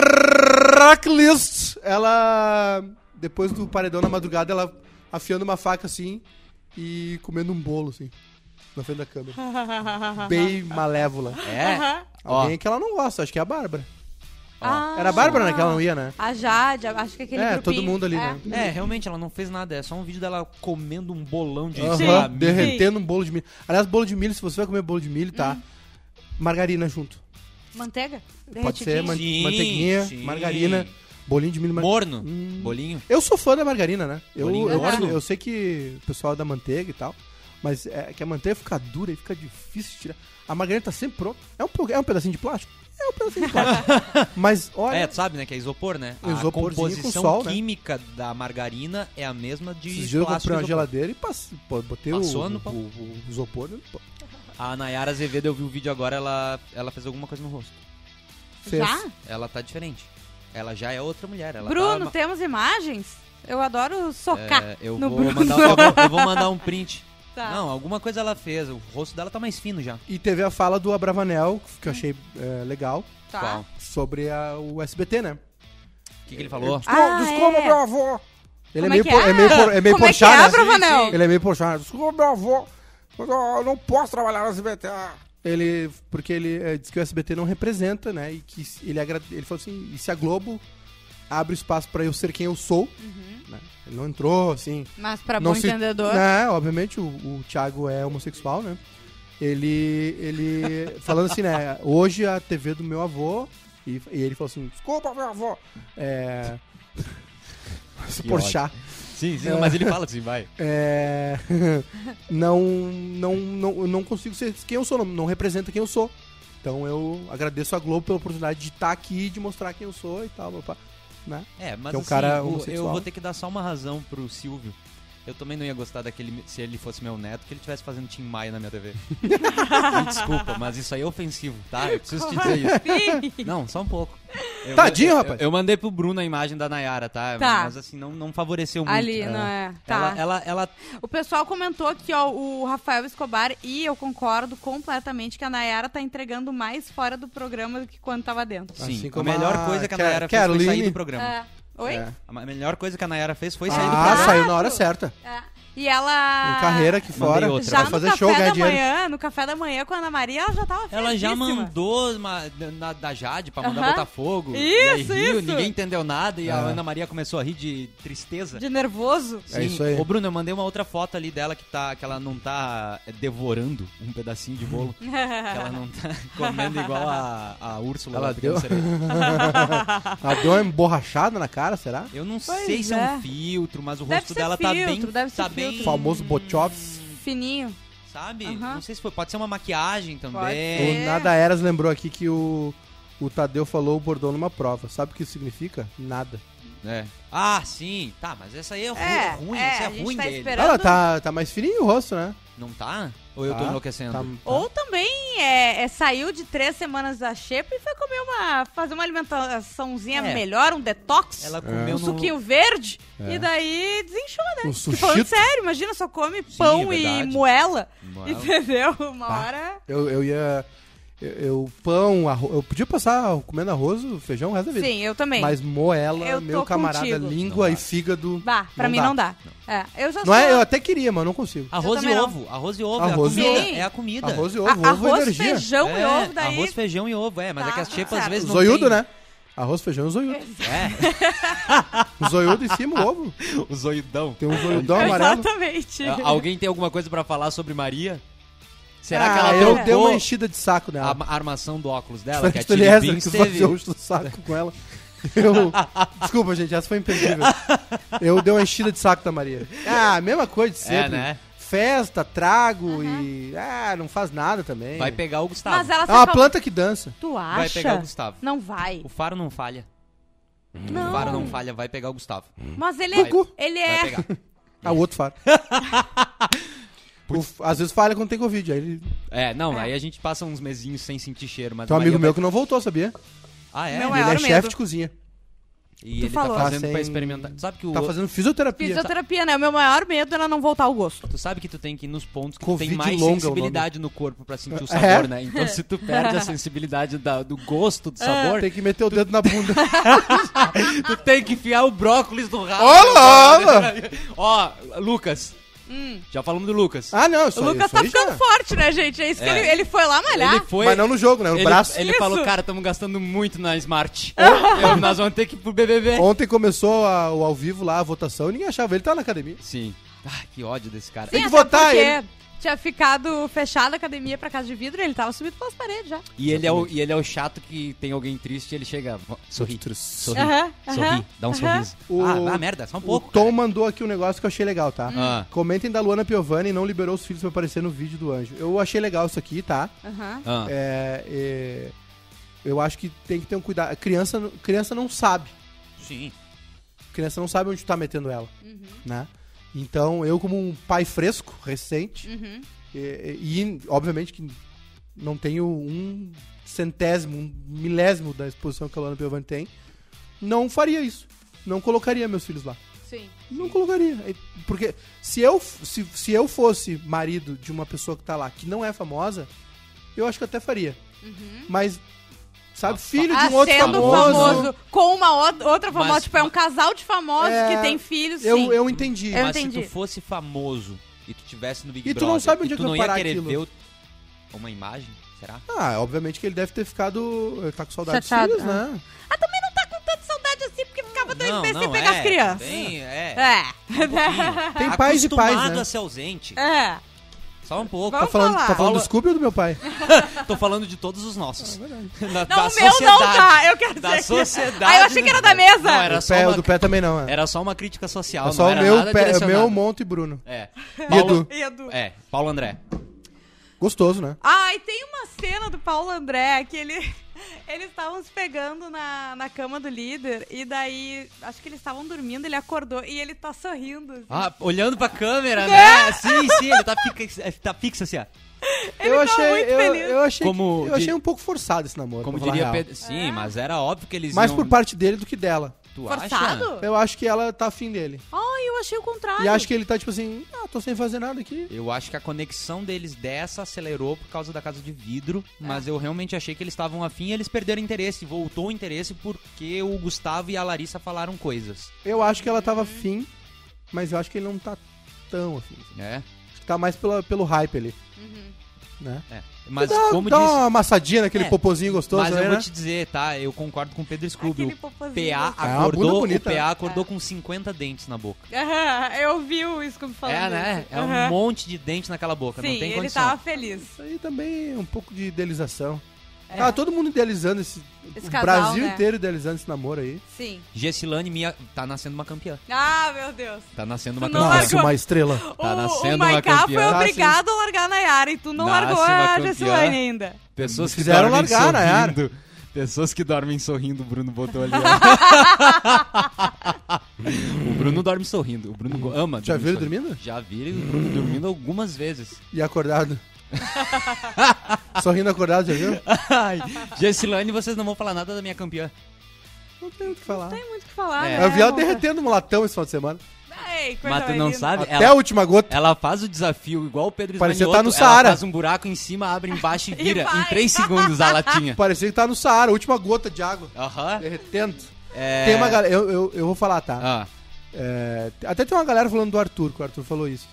Tracklist. Ela, depois do paredão na madrugada, ela afiando uma faca assim e comendo um bolo assim, na frente da câmera. Bem malévola. É? Alguém que ela não gosta, acho que é a Bárbara. Ah. Era a Bárbara, né? Que ela não ia, né? A Jade, acho que aquele grupinho. todo mundo ali, né? É, realmente, ela não fez nada. É só um vídeo dela comendo um bolão de Aham, sei lá, milho. derretendo um bolo de milho. Aliás, bolo de milho, se você vai comer bolo de milho, tá? Margarina junto. Manteiga? Pode ser Sim, manteiguinha, sim. margarina, bolinho de milho. Morno. Bolinho. Eu sou fã da margarina, né? Bolinho morno? Eu sei que o pessoal é da manteiga e tal, mas é que a manteiga fica dura e fica difícil de tirar. A margarina tá sempre pronta. É um pedacinho de plástico? É um pedacinho de plástico. Mas, olha... É, tu sabe, né? Que é isopor, né? A Isoporzinho composição com sol, né? química da margarina é a mesma de Esses dias eu plástico. comprei uma isopor. geladeira e botei Passou no o isopor. A Nayara Azevedo, eu vi o vídeo agora, ela fez alguma coisa no rosto. Fez. Já? Ela tá diferente. Ela já é outra mulher. Ela Bruno, tá... temos imagens? Eu adoro socar eu no vou Bruno. eu vou mandar um print. Tá. Não, alguma coisa ela fez. O rosto dela tá mais fino já. E teve a fala do Abravanel, que eu achei legal, Tá. Qual? sobre o SBT, né? O que ele falou? Desculpa, é. meu avô. Ele Como é meio, é que é? é meio Como é porchá, que é, né? Abravanel? Ele é meio porchá. Desculpa, meu avô. Mas eu não posso trabalhar no SBT. Porque ele diz que o SBT não representa, né? E que ele falou assim, e se a Globo abre espaço pra eu ser quem eu sou. Né? Ele não entrou, assim... Mas pra não bom entendedor... Né, obviamente, o Thiago é homossexual, né? Ele falando assim, né? Hoje a TV do meu avô... E ele falou assim, desculpa, meu avô. Porchá. Sim, mas ele fala assim, vai. Não consigo ser quem eu sou, não representa quem eu sou. Então eu agradeço a Globo pela oportunidade de estar aqui e de mostrar quem eu sou e tal, né? Mas que é um assim, cara eu homossexual. vou ter que dar só uma razão pro Silvio. Eu também não ia gostar daquele, se ele fosse meu neto, que ele estivesse fazendo Tim Maia na minha TV. Me desculpa, mas isso aí é ofensivo, tá? Eu preciso te dizer isso. Não, só um pouco. Tadinho, rapaz. Eu mandei pro Bruno a imagem da Nayara, tá? Mas assim, não favoreceu muito. Ali, não é? Tá. Ela... O pessoal comentou aqui, ó, o Rafael Escobar, e eu concordo completamente que a Nayara tá entregando mais fora do programa do que quando tava dentro. Sim, Assim a como melhor coisa que a Nayara fez foi sair do programa. Oi? A melhor coisa que a Nayara fez foi sair do programa. Saiu na hora certa. E ela... Em carreira aqui fora, Já vai fazer no show, café ganhar da dinheiro. manhã, no café da manhã com a Ana Maria, ela já tava Ela já felizíssima. mandou da Jade pra mandar botar fogo. Isso, e aí riu, isso. ninguém entendeu nada e a Ana Maria começou a rir de tristeza. De nervoso. É isso aí. Ô Bruno, eu mandei uma outra foto ali dela que ela não tá devorando um pedacinho de bolo. Que ela não tá comendo igual a Úrsula. Ela lá, deu... Pequena Sereia. Ela deu uma emborrachada na cara, será? Eu não Pois sei se é é. um filtro, mas o Deve rosto ser dela filtro, deve ser tá bem... filtro. O famoso Bochops. Fininho. Sabe? Aham. Não sei se pode ser uma maquiagem Pode também. ser. O Nada Eras lembrou aqui que o Tadeu falou o bordão numa prova. Sabe o que isso significa? Nada. Ah, sim. Tá, mas essa aí é ruim. Isso a é gente ruim tá dele. esperando. Ela tá mais fininho o rosto, né? Não tá? Ou eu tô Tá, enlouquecendo? tá. Ou também saiu de 3 semanas da xepa e foi fazer uma alimentaçãozinha melhor, um detox, Ela comeu um suquinho verde, e daí desinchou, né? Um Porque falando sushito. sério, imagina, só come pão é e verdade. moela, Moela. entendeu? Uma hora... Eu ia... pão, arroz... Eu podia passar comendo arroz, feijão o resto da vida. Sim, eu também. Mas moela, Eu tô meu camarada, contigo. língua Não e dá. fígado... Bah, pra mim não dá. Eu já Não sou... é? Eu até queria, mas não consigo. Arroz e também não. ovo. Arroz e ovo. Arroz é, e a comida. ovo. É a comida. Arroz e ovo, ovo arroz, energia. feijão e ovo, daí... Arroz, feijão e ovo, mas Tá, é que as xepas às certo. vezes não Zoiudo, tem... né? Arroz, feijão e zoiudo. É, Zoiudo em cima, o ovo. o zoiudão. Tem um zoiudão amarelo. Exatamente. Alguém tem alguma coisa pra falar sobre Maria? Será que ela eu trocou dei uma enchida de saco nela. a armação do óculos dela? Que a Foi Tilly essa Beans que fazer teve... o saco com ela. Desculpa, gente, essa foi imperdível. Eu dei uma enchida de saco da Maria. Mesma coisa de sempre. né? Festa, trago e... não faz nada também. Vai pegar o Gustavo. Mas ela É uma planta que dança. Tu acha? Vai pegar o Gustavo. Não vai. O faro não falha. Não. O faro não falha, vai pegar o Gustavo. Mas ele Cucu. ele Vai é... pegar. O outro faro. Às vezes falha quando tem Covid. Aí ele... Aí a gente passa uns mesinhos sem sentir cheiro. Mas Tem um Maria amigo meu vai- que não voltou, sabia? Ah, é? Não Ele é maior chefe medo. de cozinha. E Tu ele falou. tá fazendo Tá pra sem- experimentar. Tu sabe que o... Tá fazendo fisioterapia. Fisioterapia, né? O meu maior medo era não voltar ao gosto. Tu sabe que tu tem que ir nos pontos que tu Covid tem mais longa, sensibilidade no corpo pra sentir o É? sabor, né? Então se tu perde a sensibilidade do gosto do sabor, Tem que meter o dedo na bunda. tu tem que enfiar o brócolis no rabo. Olá! Ó, Lucas. Já falamos do Lucas. Não, isso O Lucas isso tá aí já- ficando forte, né, gente? É isso que ele foi lá malhar. Ele foi... Mas não no jogo, né? No braço. Ele Isso. falou, cara, estamos gastando muito na Smart. Nós vamos ter que ir pro BBB. Ontem começou o ao vivo lá, a votação, e ninguém achava. Ele tá na academia. Sim. Que ódio desse cara. Tem que até votar porque ele. tinha ficado fechada a academia pra casa de vidro e ele tava subido pelas paredes já. E ele é o chato que tem alguém triste e ele chega... Sorri. Sorri. Aham, Sorri. aham, Dá um aham. sorriso. Merda, só um pouco. O Tom cara. mandou aqui um negócio que eu achei legal, tá? Ah. Comentem da Luana Piovani e não liberou os filhos pra aparecer no vídeo do Anjo. Eu achei legal isso aqui, tá? Aham. Ah. Eu acho que tem que ter um cuidado. Criança não sabe. Sim. Criança não sabe onde tu tá metendo ela, né? Então, eu como um pai fresco, recente, e obviamente que não tenho um centésimo, um milésimo da exposição que a Luana Piovani tem, não faria isso. Não colocaria meus filhos lá. Sim. Não colocaria. Porque se eu fosse marido de uma pessoa que tá lá, que não é famosa, eu acho que eu até faria. Mas, sabe, filho de um outro sendo famoso... com uma outra famosa, Mas- tipo, é um casal de famosos que tem filhos, sim. Eu entendi. Eu Mas entendi. se tu fosse famoso e tu tivesse no Big E tu Brother... não sabe onde é tu que não vai ia parar querer aquilo. ver uma imagem? Será? Obviamente que ele deve ter ficado... Tá com saudade Chateado, dos filhos, né? Também não tá com tanta saudade assim, porque ficava dois meses sem pegar as crianças. Tem pais e pais, Acostumado né? a ser ausente. É. Só um pouco. Vamos Tá falando do Scooby ou do meu pai? Tô falando de todos os nossos. Não, o meu não tá, eu quero Da dizer. sociedade. Ah, eu achei que era da mesa. Não, era só O uma, do pé também não, é. era só uma crítica social. É só não o era meu, nada direcionado. meu, Monto e Bruno. É. E Edu. E Edu. É, Paulo André. Gostoso, né? Ai, tem uma cena do Paulo André que eles estavam se pegando na cama do líder e daí, acho que eles estavam dormindo, ele acordou e ele tá sorrindo. Assim. Ah, olhando pra câmera, né? Sim, ele tá fixo assim, ó. Eu achei, muito feliz. eu achei, Como eu achei um pouco forçado esse namoro. Como pra falar diria a real. Pedro. Sim, mas era óbvio que eles Mais iam... por parte dele do que dela. Tu Forçado? acha? Eu acho que ela tá afim dele. Ai, eu achei o contrário. E acho que ele tá tipo assim, tô sem fazer nada aqui. Eu acho que a conexão deles dessa acelerou por causa da casa de vidro, mas eu realmente achei que eles estavam afim e eles perderam interesse. Voltou o interesse porque o Gustavo e a Larissa falaram coisas. Eu acho que ela tava afim, mas eu acho que ele não tá tão afim. É, Acho que tá mais pelo hype ali. Né? é. Mas dá, como dá disse... uma amassadinha naquele É, popozinho gostoso, Mas né? eu vou te dizer, tá? Eu concordo com o Pedro Scooby. Aquele O popozinho PA gostoso. uma bunda acordou, bonita, o PA né? acordou com 50 dentes na boca. Aham, eu vi o Scooby falando É, né? isso. É um Aham. monte de dente naquela boca, Sim, não tem ele condição. tava feliz. Isso aí também é um pouco de idealização. É. Todo mundo idealizando esse o casal, Brasil né? inteiro idealizando esse namoro aí. Sim. Gessilane tá nascendo uma campeã. Ah, meu Deus. Tá nascendo uma Tu não campeã. largou. Uma estrela. Tá o nascendo uma Maiká foi campeã. obrigado a largar a Nayara e tu não Nasce largou uma a campeã. Gessilane ainda. Pessoas que Quiseram dormem largar, Nayara. sorrindo. Pessoas que dormem sorrindo, o Bruno botou ali. Ó. O Bruno dorme sorrindo. O Bruno ama. Já dormir viu ele sorrindo. dormindo? Já vi o Bruno dormindo algumas vezes. E acordado. Sorrindo acordado, já viu? Ai, Gessilane, vocês não vão falar nada da minha campeã. Não tem o que falar. Tem muito o que falar, É. né? Eu vi ela amor? derretendo no latão esse final de semana. Ai, coisa Mas tu mais não linda. sabe? Até a última gota. Ela faz o desafio igual o Pedro Parecia Esmanioto. tá no Saara. Ela faz um buraco em cima, abre embaixo e vira. vai. Em 3 segundos a latinha. Parecia que tá no Saara, a última gota de água. Aham. Derretendo. É... Tem uma galera, eu vou falar, tá? Ah, Até tem uma galera falando do Arthur, que o Arthur falou isso.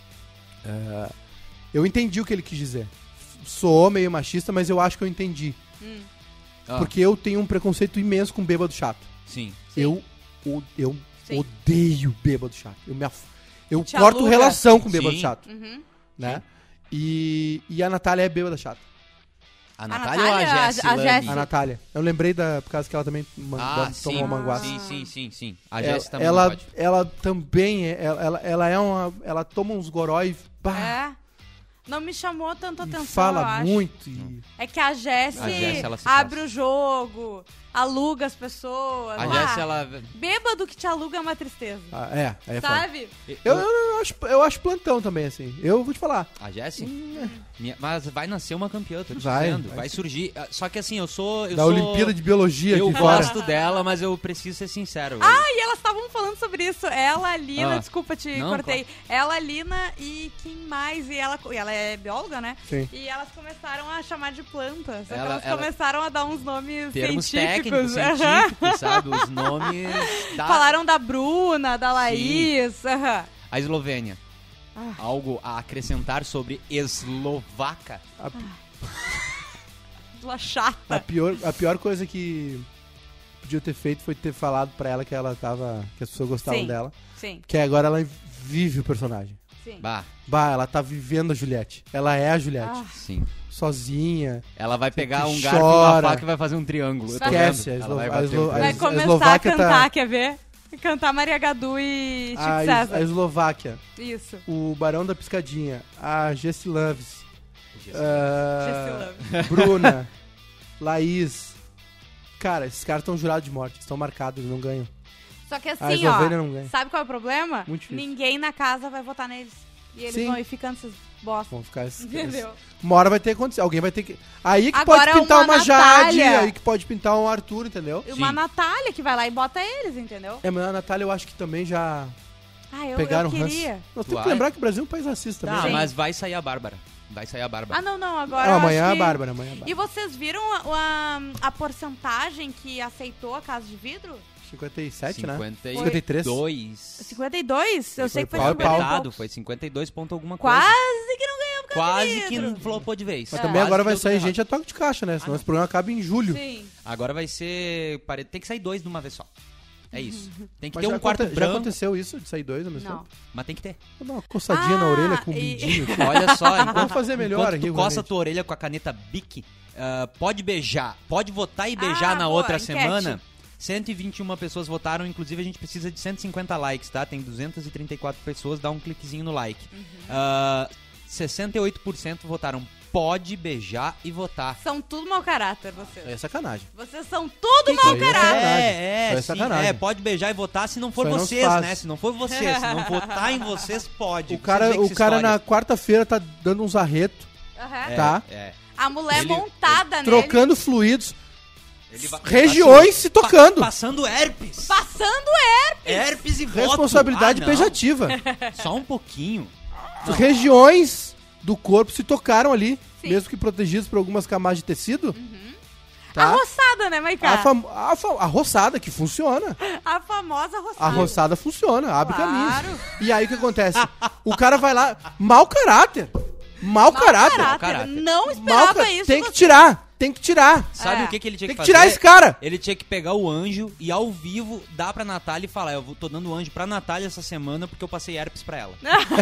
Eu entendi o que ele quis dizer. Soou meio machista, mas eu acho que eu entendi. ah, Porque eu tenho um preconceito imenso com bêbado chato. sim. Eu Sim. odeio bêbado chato. Eu Te corto aluga. relação com bêbado Sim. chato. Uhum. Né? E a Natália é bêbada chata. A Natália, Natália ou a a Jessilane? Jessi. A Natália. Eu lembrei por causa que ela também Ah, tomou uma manguaça. sim. A Jessi também ela, pode. ela também ela toma uns gorói. É. Não me chamou tanta atenção, eu Fala acho. muito. É que a Jessi A Jessi, ela se abre faz. o jogo, aluga as pessoas. A Jessi, ela... Bêbado que te aluga é uma tristeza. É foda. Sabe? Eu acho plantão também, assim. Eu vou te falar. A Jessi? Mas vai nascer uma campeã, tô te Vai, dizendo. vai Vai surgir. Só que assim, eu sou... Da Olimpíada de Biologia Eu aqui fora. gosto dela, mas eu preciso ser sincero. E elas estavam falando sobre isso. Ela, a Lina, Ah. desculpa, te Não, cortei. Ela, a Lina e quem mais? E ela é bióloga, né? Sim. E elas começaram a chamar de plantas. Só que Ela- elas ela- começaram a dar uns nomes Termos científicos. técnicos, científicos, sabe? Os nomes da... Falaram da Bruna, da Laís. Aham. A Eslovênia. Algo a acrescentar sobre eslovaca? Ela chata. A pior coisa que podia ter feito foi ter falado pra ela que ela tava. Que as pessoas gostavam Sim. dela. Sim, Que agora ela vive o personagem. sim. Bah, Ela tá vivendo a Juliette. Ela é a Juliette. sim. Sozinha. Ela vai pegar que um garfo e uma chora. faca e vai fazer um triângulo. Eu tô Esquece, vendo. a Ela vai Eslo- bater a Eslo- o Vai triângulo. começar a Eslováquia cantar, tá- quer ver? Cantar Maria Gadu e Chico A César. Eslováquia. Isso. O Barão da Piscadinha. A Jessie Loves. Jessie Bruna. Laís. Cara, esses caras estão jurados de morte. Estão marcados, eles não ganham. Só que A assim, ó, Eslovênia não ganha. sabe qual é o problema? Muito difícil. Ninguém na casa vai votar neles. E eles Sim. vão ir ficando esses bosta. Vão ficar esses. Entendeu? Uma hora vai ter que acontecer. Alguém vai ter que. Aí que Agora pode pintar uma uma Jade. Natália. Aí que pode pintar um Arthur, entendeu? E uma Sim. Natália que vai lá e bota eles, entendeu? É, mas a Natália eu acho que também já Ah, pegaram eu queria. ranço. Nós Tu temos que acha? lembrar que o Brasil é um país racista Tá, também. mas vai sair a Bárbara. Vai sair a Bárbara. Ah, não, agora Não, eu amanhã acho é a que... Bárbara, amanhã é a Bárbara. E vocês viram a porcentagem que aceitou a Casa de Vidro? 57, né? 52. 52? Eu sei que foi pau e 50 pau. e Apertado, poucos. foi 52 ponto alguma coisa. Quase que não ganhamos Casa de Quase que Vidro. não flopou de vez. Mas É. também agora vai Quase sair deu tudo gente a toque de caixa, né? Senão esse programa acaba em julho. Sim. Agora vai ser... Tem que sair 2 de uma vez só. É isso. Tem que Mas ter um quarto já branco, aconteceu isso de sair dois ao mesmo Não. tempo? mas tem que ter. Vou dar uma coçadinha na orelha com o e- mindinho. aqui. Olha só, Vamos fazer melhor enquanto aqui, tu coça a Ronete. tua orelha com a caneta Bic, pode beijar, pode votar e beijar na boa, outra enquete. semana. 121 pessoas votaram, inclusive a gente precisa de 150 likes, tá? Tem 234 pessoas, dá um cliquezinho no like. 68% votaram pode beijar e votar. São tudo mau caráter, vocês. É sacanagem. Vocês são tudo Isso mau aí é caráter. sacanagem. Isso é sim, sacanagem. pode beijar e votar se não for Isso aí não se vocês, faz. né? Se não for vocês, se não votar em vocês, pode. O Vocês cara, veem que o cara história. na quarta-feira tá dando uns arretos, Aham. tá? A mulher Ele- montada nele. Trocando fluidos, Ele vai- regiões se tocando. Passando herpes. Passando Herpes e voto. Responsabilidade não. pejativa. Só um pouquinho. Regiões do corpo se tocaram ali, Sim. mesmo que protegidos por algumas camadas de tecido. A Tá? roçada, né, Maiká? A roçada, que funciona. A famosa roçada. A roçada funciona, abre Claro. caminhos. E aí o que acontece? O cara vai lá, mau caráter. Mau caráter. Mau caráter. Não Mau esperava ca- isso. Tem que você. tirar. Tem que tirar. Sabe É. o que ele tinha Tem que que fazer? tirar esse cara. Ele tinha que pegar o anjo e ao vivo dar pra Natália e falar: tô dando o anjo pra Natália essa semana porque eu passei herpes pra ela.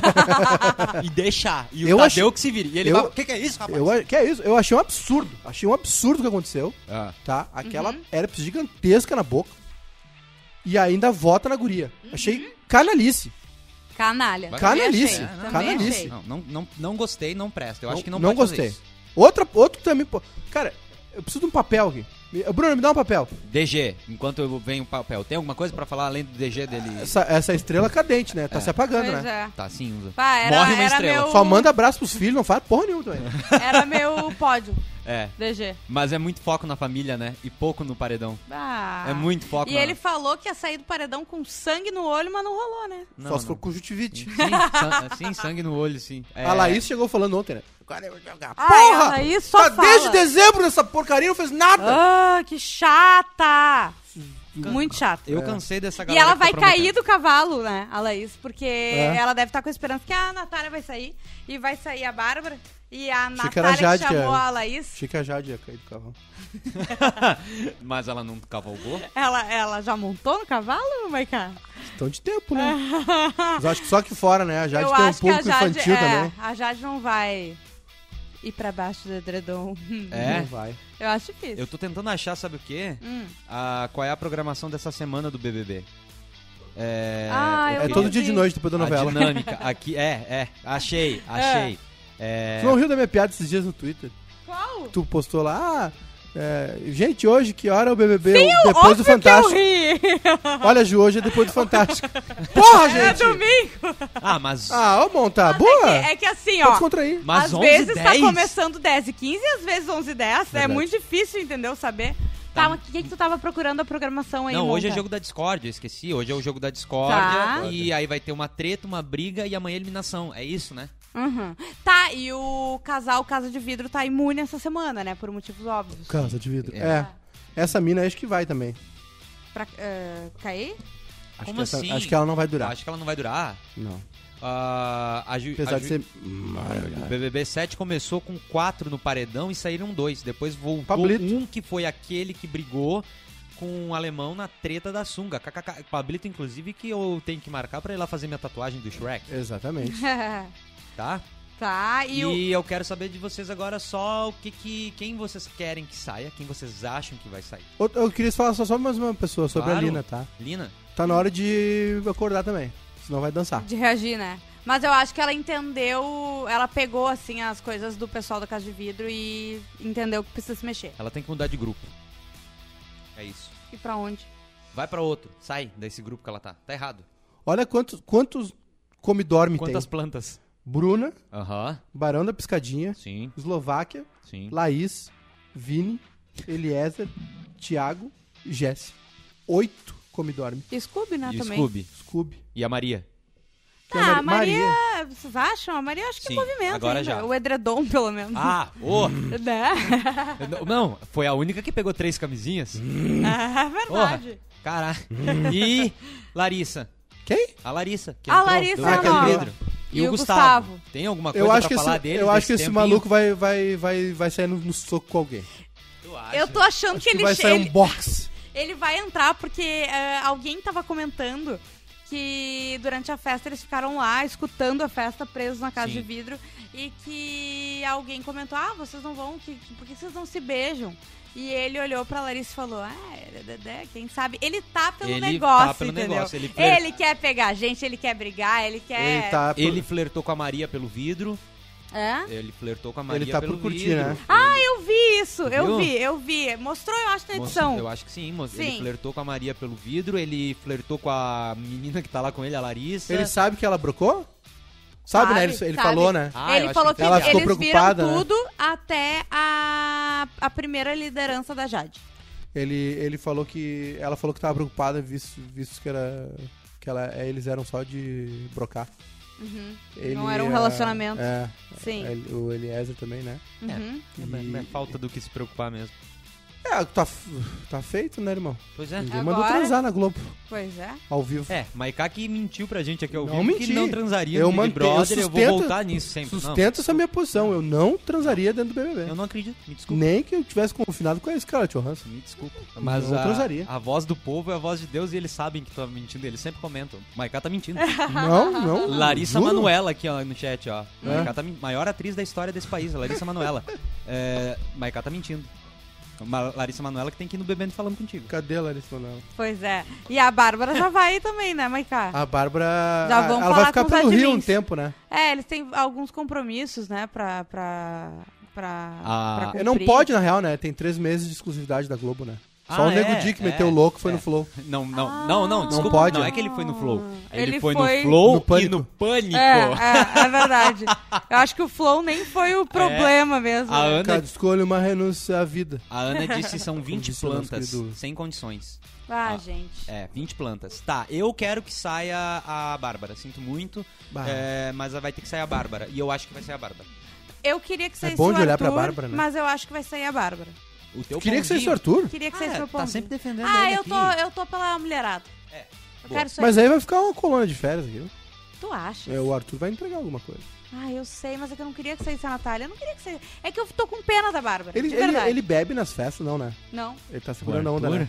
E deixar. E o Eu Tadeu acho- que se vire. E ele eu- vai: o que é isso, rapaz? Que é isso? Eu achei um absurdo. Achei um absurdo o que aconteceu. Ah. Tá? Aquela herpes gigantesca na boca. E ainda vota na guria. Achei canalice. Canalha. Vai- Também Canalice. achei, É, não, também canalice. achei. Não gostei, não presta. Eu acho que não, não pode fazer gostei. isso. Outro também. Cara, eu preciso de um papel aqui. Bruno, me dá um papel. DG, enquanto eu venho o papel, tem alguma coisa pra falar além do DG dele? Essa estrela cadente, né? Tá se apagando, Pois né? é. Tá, sim, usa. Pá, Morre uma era estrela. meu... Só manda abraço pros filhos, não faz porra nenhuma também. Era meu pódio, É, DG. mas é muito foco na família, né? E pouco no paredão. Ah. É muito foco E na... ele falou que ia sair do paredão com sangue no olho, mas não rolou, né? Não, Só se não. for conjuntivite. Sim, sangue no olho, sim. É, A Laís chegou falando ontem, né? Agora eu vou jogar. Ai, Porra! a Laís só Tá fala. desde dezembro nessa porcaria, não fez nada. Ah, que chata! Muito chata. Eu cansei dessa E galera ela que tá vai cair prometendo. do cavalo, né, a Laís? Porque ela deve estar com a esperança que a Natália vai sair. E vai sair a Bárbara. E a Achei que era a Natália que Jade que chamou era. a Laís. Achei que a Jade ia cair do cavalo. Mas ela não cavalgou? Ela já montou no cavalo, Maiká? Então de tempo, né? Mas acho que só aqui fora, né? A Jade Eu tem um acho que a público Jade, infantil também. a Jade não vai ir pra baixo do edredom. É? Não vai. Eu acho difícil. Eu tô tentando achar, sabe o quê? Hum. Qual é a programação dessa semana do BBB? É, Ah, eu É todo dia de noite depois da a novela. dinâmica. Aqui, achei. É, Tu não riu da minha piada esses dias no Twitter? Qual? Tu postou lá, gente, hoje que hora é o BBB? Sim, depois óbvio do Fantástico. que eu ri. Olha, Ju, hoje é depois do Fantástico. Porra, É gente! domingo. mas... Ah, ô, Monta, boa! É que assim, Pode ó. descontrair. Mas Às 11, vezes tá 10? começando 10h15 e às vezes 11h10. É Verdade. muito difícil, entendeu? Saber. Tá, mas o que tu tava procurando a programação aí, Não, hoje é Monta? jogo da Discord, eu esqueci. Hoje é o jogo da Discord. Tá. E aí vai ter uma treta, uma briga e amanhã eliminação. É isso, né? Uhum. Tá, e o casal Casa de Vidro tá imune essa semana, né? Por motivos óbvios. Casa de vidro. É. Essa mina acho que vai também. Pra cair? Acho Como que assim? acho que ela não vai durar. Acho que ela não vai durar. Não. A Apesar de ser... O BBB 7 começou com 4 no paredão e saíram 2. Depois voltou Pablito. um que foi aquele que brigou com um alemão na treta da sunga. KKK. Pablito, inclusive, que eu tenho que marcar pra ir lá fazer minha tatuagem do Shrek, Exatamente. tá? Tá, E eu quero saber de vocês agora só quem vocês querem que saia, quem vocês acham que vai sair. Eu queria falar só sobre mais uma pessoa, sobre Claro. a Lina, tá? Lina? Tá na hora de acordar também. Senão vai dançar. de reagir, né? Mas eu acho que ela entendeu, ela pegou, assim, as coisas do pessoal da Casa de Vidro e entendeu que precisa se mexer. Ela tem que mudar de grupo. É isso. E pra onde? Vai pra outro. Sai desse grupo que ela tá. Tá errado. Olha quantos come-dorme tem. Quantas plantas? Bruna, Aham. Barão da Piscadinha, Sim, Eslováquia, sim. Laís, Vini, Eliezer, Thiago e Jesse. 8 come-dorme. E Scooby, né, E o também. Scooby. Scooby. E a Maria. Tem a Ah, a Maria, vocês acham? A Maria acho que Sim, é movimento agora ainda. já. O edredom, pelo menos. Ah, ô! Né? Não, foi a única que pegou 3 camisinhas. É verdade. Caralho. E Larissa. Quem? A Larissa. Que A entrou, Larissa do é a Pedro nova. Pedro. E o o Gustavo. Gustavo. Tem alguma coisa Eu acho pra que falar esse, dele? eu acho que desse esse tempinho? maluco vai sair no soco com alguém. Tu acha? Eu tô achando Acho que que ele vai sair ele- um box. Ele vai entrar porque alguém tava comentando que durante a festa eles ficaram lá escutando a festa presos na casa Sim. de vidro e que alguém comentou, vocês não vão, por que vocês não se beijam? E ele olhou pra Larissa e falou, quem sabe? Ele tá pelo negócio, entendeu? Ele quer pegar a gente, ele quer brigar, ele quer... Ele flertou com a Maria pelo vidro. É? Ele flertou com a Maria Ele tá pelo por curtir, vidro. né? Eu vi isso, Viu? eu vi. Mostrou, eu acho, na edição. Eu acho que sim, moço. Sim. Ele flertou com a Maria pelo vidro, ele flertou com a menina que tá lá com ele, a Larissa. Ele sabe que ela brocou? Sabe, né? Ele sabe. falou, né? Ele falou que ela ficou eles preocupada, viram né? tudo até a primeira liderança da Jade. Ele falou que... Ela falou que tava preocupada, visto que eles eram só de brocar. Uhum. Ele, Não era um relacionamento. Sim. O Eliezer também, né? Uhum. É falta do que se preocupar mesmo. Tá feito, né, irmão? Pois é. Ninguém Agora- mandou transar na Globo, Pois é. ao vivo. Maiká que mentiu pra gente aqui ao Não vivo menti. que não transaria Eu no Big mantenho, eu Brother, eu vou sustento- voltar nisso sempre. Sustenta essa minha posição. Eu não transaria dentro do BBB. Eu não acredito, me desculpa. Nem que eu tivesse confinado com a Scarlett Johansson. Me desculpa. Mas Não transaria. a voz do povo é a voz de Deus e eles sabem que tá mentindo. Eles sempre comentam. Maiká tá mentindo. Não. Larissa juro. Manoela aqui ó, no chat, ó. É. Maiká tá maior atriz da história desse país, a Larissa Manoela. Maiká tá mentindo. Larissa Manoela que tem que ir no Bebendo falando contigo. Cadê a Larissa Manoela? Pois é. E a Bárbara já vai aí também, né, Maiká? A Bárbara... Já vão ela falar vai ficar com os pelo Rio um admins. tempo, né? Eles têm alguns compromissos, né, pra cumprir. Não pode, na real, né? Tem 3 meses de exclusividade da Globo, né? Só o Nego Di que meteu o louco foi no Flow. Não, desculpa. pode. Não é que ele foi no Flow. Ele foi foi- no Flow No Pânico. e no Pânico. É verdade. Eu acho que o Flow nem foi o problema mesmo. A né? Ana, Cada escolha uma renúncia à vida. a Ana disse são 20 disse o nosso plantas, querido- sem condições. Gente. 20 plantas. Tá, eu quero que saia a Bárbara, sinto muito, Bah. mas vai ter que sair a Bárbara. E eu acho que vai sair a Bárbara. Eu queria que saísse bom de o olhar Arthur, pra Bárbara, né? mas eu acho que vai sair a Bárbara. O teu Queria que saísse o pãozinho- Arthur. Queria que saísse meu tá pãozinho. sempre defendendo ele eu tô pela mulherada. Eu quero sair. Mas aí vai ficar uma colônia de férias aqui. Tu acha? O Arthur vai entregar alguma coisa. Eu sei, mas é que eu não queria que saísse a Natália. Eu não queria que saísse. É que eu tô com pena da Bárbara. de verdade. Ele bebe nas festas, não, né? Não. Ele tá segurando a onda, Arthur?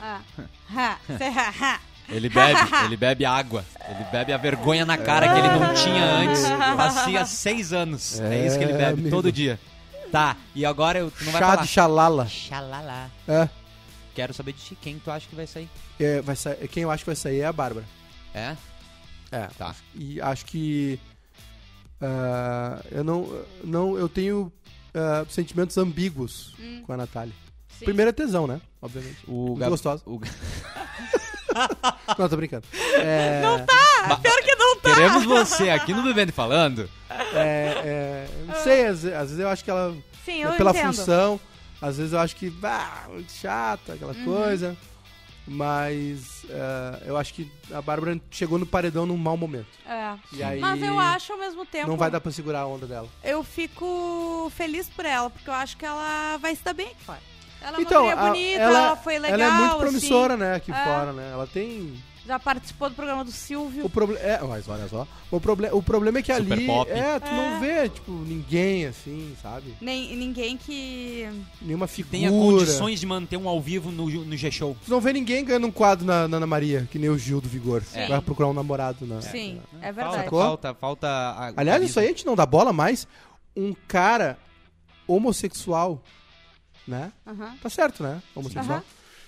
né? Ele bebe água. Ele bebe a vergonha na cara que ele não tinha antes. Fazia 6 anos. É isso que ele bebe amigo. todo dia. Tá, e agora tu não vai Chá falar. de xalala. Xalala. É. Quero saber de ti, quem tu acha que vai sair? Quem eu acho que vai sair é a Bárbara. É? É. Tá. E acho que eu tenho sentimentos ambíguos com a Natália. Sim. Primeiro é tesão, né? Obviamente. O Gostosa. o- Não, tô brincando. Pior que não tá. Queremos você aqui no Bebendo e Falando. Não sei, às vezes eu acho que ela... Sim, eu pela entendo. função, às vezes eu acho que... muito chata, aquela coisa. Mas eu acho que a Bárbara chegou no paredão num mau momento. E aí Mas eu acho ao mesmo tempo. não vai dar pra segurar a onda dela. Eu fico feliz por ela, porque eu acho que ela vai se dar bem aqui fora. Ela é Então, uma guria bonita, ela foi legal. ela é muito promissora, assim. né, aqui fora, né? Ela tem... Já participou do programa do Silvio. O problema mas olha só. O problema é que Super ali pop. tu não vê, tipo, ninguém assim, sabe? Ninguém que... Nenhuma figura. Tenha condições de manter um ao vivo no G-Show. Tu não vê ninguém ganhando um quadro na Ana Maria, que nem o Gil do Vigor. Sim. Vai procurar um namorado na... Sim, é verdade. Falta Aliás, isso aí a gente não dá bola mais. Um cara homossexual, né? Aham. Tá certo, né? Homossexual. Aham.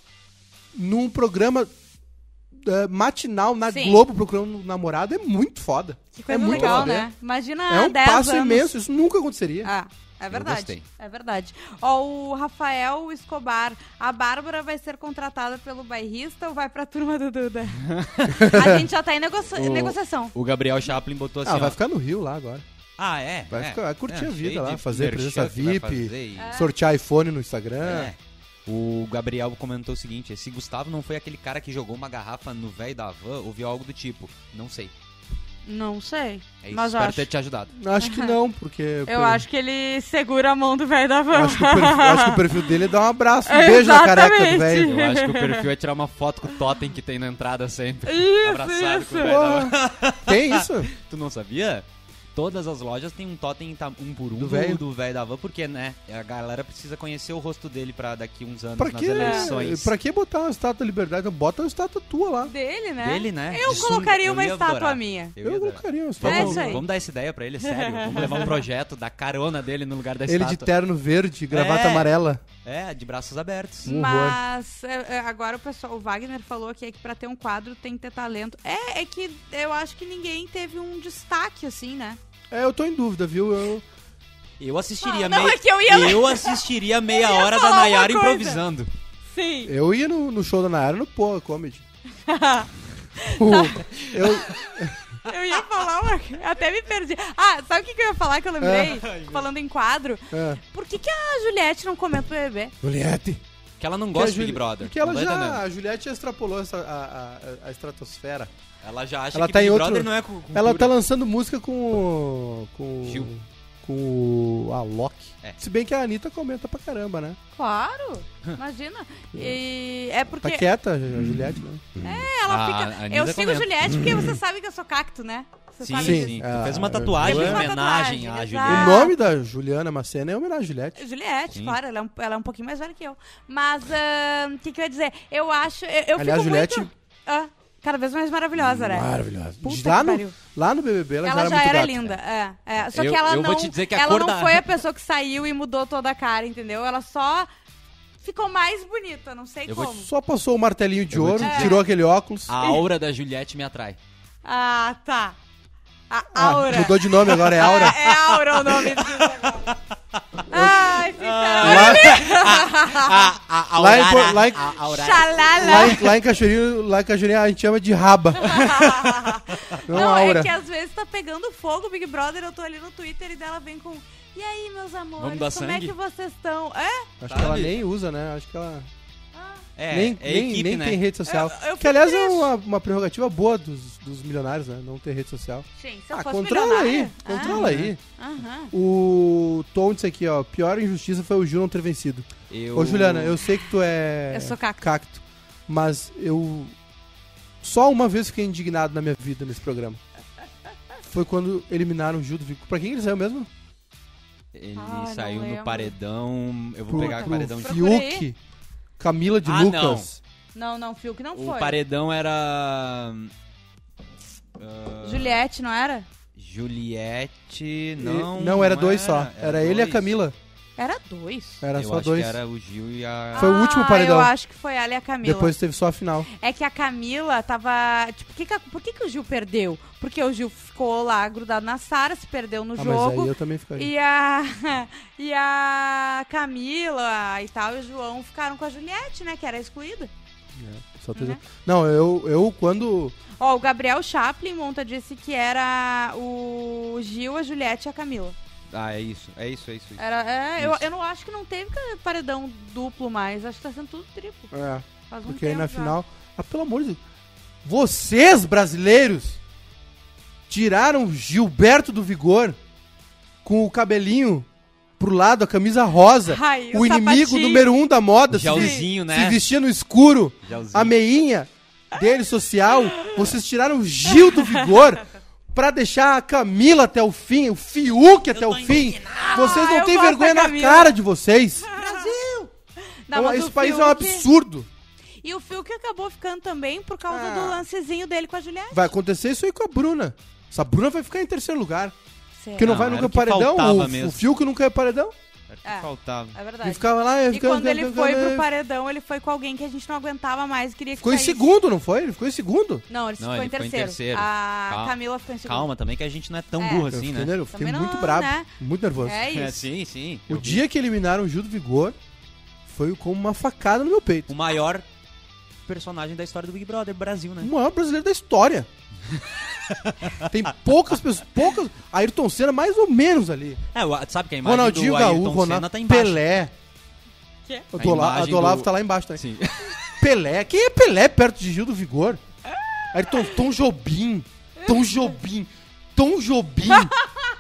Num programa matinal na Sim. Globo procurando um namorado é muito foda. Que coisa é muito legal, foda. né? Imagina É um 10 passo anos. imenso, isso nunca aconteceria. É verdade. gostei. É verdade. Ó, o Rafael Escobar, a Bárbara vai ser contratada pelo bairrista ou vai pra turma do Duda? A gente já tá em negociação. O Gabriel Chaplin botou assim, ó. Vai ficar no Rio lá agora. Vai curtir a vida cheio lá, de fazer presença merchan que vai VIP, fazer e- sortear iPhone no Instagram. É. O Gabriel comentou o seguinte: esse Gustavo não foi aquele cara que jogou uma garrafa no velho da van ou viu algo do tipo? Não sei. Não sei. É isso, Mas espero acho. ter te ajudado. Acho que não, porque... Eu acho que ele segura a mão do velho da van. Acho que o perfil dele é dar um abraço, um beijo na careca do Exatamente. velho. Eu acho que o perfil é tirar uma foto com o totem que tem na entrada sempre. Isso, Abraçado isso. com o velho da van. Tem isso? Tu não sabia? todas as lojas tem um totem um por um Do velho? do velho da van, porque, né, a galera precisa conhecer o rosto dele pra daqui uns anos Pra nas que, eleições. pra que botar uma estátua da liberdade? Então bota uma estátua tua lá. Dele, né? Dele, né? Eu De colocaria sunga. uma Eu ia estátua adorar. minha. Eu Eu ia adorar. colocaria uma É estátua. isso aí. Vamos dar essa ideia pra ele, sério. Vamos levar um projeto, dar carona dele no lugar da Ele estátua. de terno verde, gravata É. amarela. É, de braços abertos. horror. Mas agora o Wagner falou aqui que pra ter um quadro tem que ter talento. É que eu acho que ninguém teve um destaque assim, né? Eu tô em dúvida, viu? Eu assistiria Não, é que eu ia- Eu assistiria meia hora da falar uma Nayara coisa. improvisando. Sim. Eu ia no show da Nayara no Poa Comedy. Eu ia falar até me perdi. Sabe o que eu ia falar que eu lembrei? Falando em quadro. Por que a Juliette não comenta o BBB? Juliette. Que ela não gosta Que de a Big Brother. Porque ela Não tá já. entendendo. A Juliette já extrapolou a estratosfera. Ela já acha Ela que tá Big em Brother outro. não é cultura. Ela tá lançando música com Gil. Com o Alok. É. Se bem que a Anitta comenta pra caramba, né? Claro, imagina. E é porque Tá quieta a Juliette, né? ela A fica. Anitta Eu sigo comenta. Juliette porque você sabe que eu sou cacto, né? Você Sim, sabe sim. disso. Ah, Tu fez uma tatuagem eu em fiz uma homenagem tatuagem, à exato. Juliette. O nome da Juliana Macena é homenagem à Juliette. Juliette, Sim. claro, ela é um pouquinho mais velha que eu. Mas, o que eu ia dizer? Eu acho. Eu Aliás, fico Juliette- muito. Cada vez mais maravilhosa, né? Maravilhosa. Puta Lá que no, pariu. lá no BBB ela Ela já já era era muito gata. linda. Só Eu- que ela eu não. vou te dizer que a ela cor não da- foi a pessoa que saiu e mudou toda a cara, entendeu? Ela só ficou mais bonita, não sei Eu vou como. Só passou o martelinho de Eu vou ouro, te dizer. tirou aquele óculos. A aura da Juliette me atrai. Ah, tá. A Aura. Mudou de nome agora, é Aura. É Aura o nome disso agora. Ai, sinceramente. Lá em Cachoeirinha a gente chama de raba. Não, Não, Aura. é que às vezes tá pegando fogo o Big Brother, eu tô ali no Twitter e dela vem com... E aí, meus amores, Vamos dar como é sangue? que vocês estão? É? Acho que ela nem usa, né? Acho que ela É, nem, é nem, equipe, nem né? tem rede social. Eu Que fico aliás é triste. uma prerrogativa boa dos milionários, né? Não ter rede social. Sim, se eu fosse Controla aí, milionária. controla aí. Aham. O Tom disse aqui, ó, pior injustiça foi o Gil não ter vencido. Ô Juliana, eu sei que tu é Eu sou cacto. mas eu só uma vez fiquei indignado na minha vida nesse programa. Foi quando eliminaram o Gil do Vico. Pra quem ele saiu mesmo? Ele Ai, saiu não no lembro. paredão. Eu vou Pro, pegar o pro paredão de Procurei. Fiuk, Camila de Ah, Lucas. Não, Fiuk não O foi. paredão era. Juliette, não era? Juliette. Não, era dois só. Era ele e a dois. Camila. Era 2. Era Eu só acho dois. que era o Gil e a. Foi o último paredão. Eu acho que foi ela e a Camila. Depois teve só a final. É que a Camila tava... Tipo, por que o Gil perdeu? Porque o Gil ficou lá grudado na Sara, se perdeu no Mas jogo. aí eu também ficaria. E a Camila e tal, e o João ficaram com a Juliette, né? Que era excluída. Só ter- Né? Não, eu quando... Ó, o Gabriel Chaplin monta disse que era o Gil, a Juliette e a Camila. Ah, é isso. Eu não acho que não teve paredão duplo mais. Acho que tá sendo tudo triplo. Faz um Porque aí tempo na já. final... Ah, pelo amor de Deus. Vocês, brasileiros, tiraram Gilberto do Vigor com o cabelinho pro lado, a camisa rosa. Ai, o o inimigo sapatinho. número 1 da moda. Gelzinho, se, né? Se vestia no escuro. Gelzinho. A meinha dele social. Vocês tiraram o Gil do Vigor pra deixar a Camila até o fim, o Fiuk até o fim. Vocês não eu têm gosto vergonha da na Camila. cara de vocês. Não, mas Esse o país é um Fiuk- absurdo. E o Fiuk acabou ficando também por causa do lancezinho dele com a Juliette. Vai acontecer isso aí com a Bruna. Essa Bruna vai ficar em terceiro lugar. Será? Porque não vai Não, nunca era o que paredão. faltava O mesmo. Fiuk nunca é paredão. Era o que É. faltava. É verdade. E ficava lá. E quando ele foi pro paredão, ele foi com alguém que a gente não aguentava mais, queria que Ficou em saísse. segundo, não foi? Ele ficou em segundo. Não, ele Não, ficou ele em ficou em terceiro. terceiro. A Calma. Camila ficou em segundo. Calma também que a gente não é tão É. burro Eu assim, fiquei, né? eu fiquei Também muito não, brabo, né? muito nervoso. É É, isso. sim, sim. O Eu vi. dia que eliminaram o Gil do Vigor foi como uma facada no meu peito. O maior personagem da história do Big Brother Brasil, né? O maior brasileiro da história. Tem poucas pessoas, Ayrton Senna mais ou menos ali. É, sabe que a imagem Ronaldinho do Ayrton Gaúcho, Senna Ronaldo, tá embaixo. Pelé. Quê? A A do imagem Olavo do- tá lá embaixo também. Sim. Pelé. Quem é Pelé perto de Gil do Vigor? Ayrton, Tom Jobim.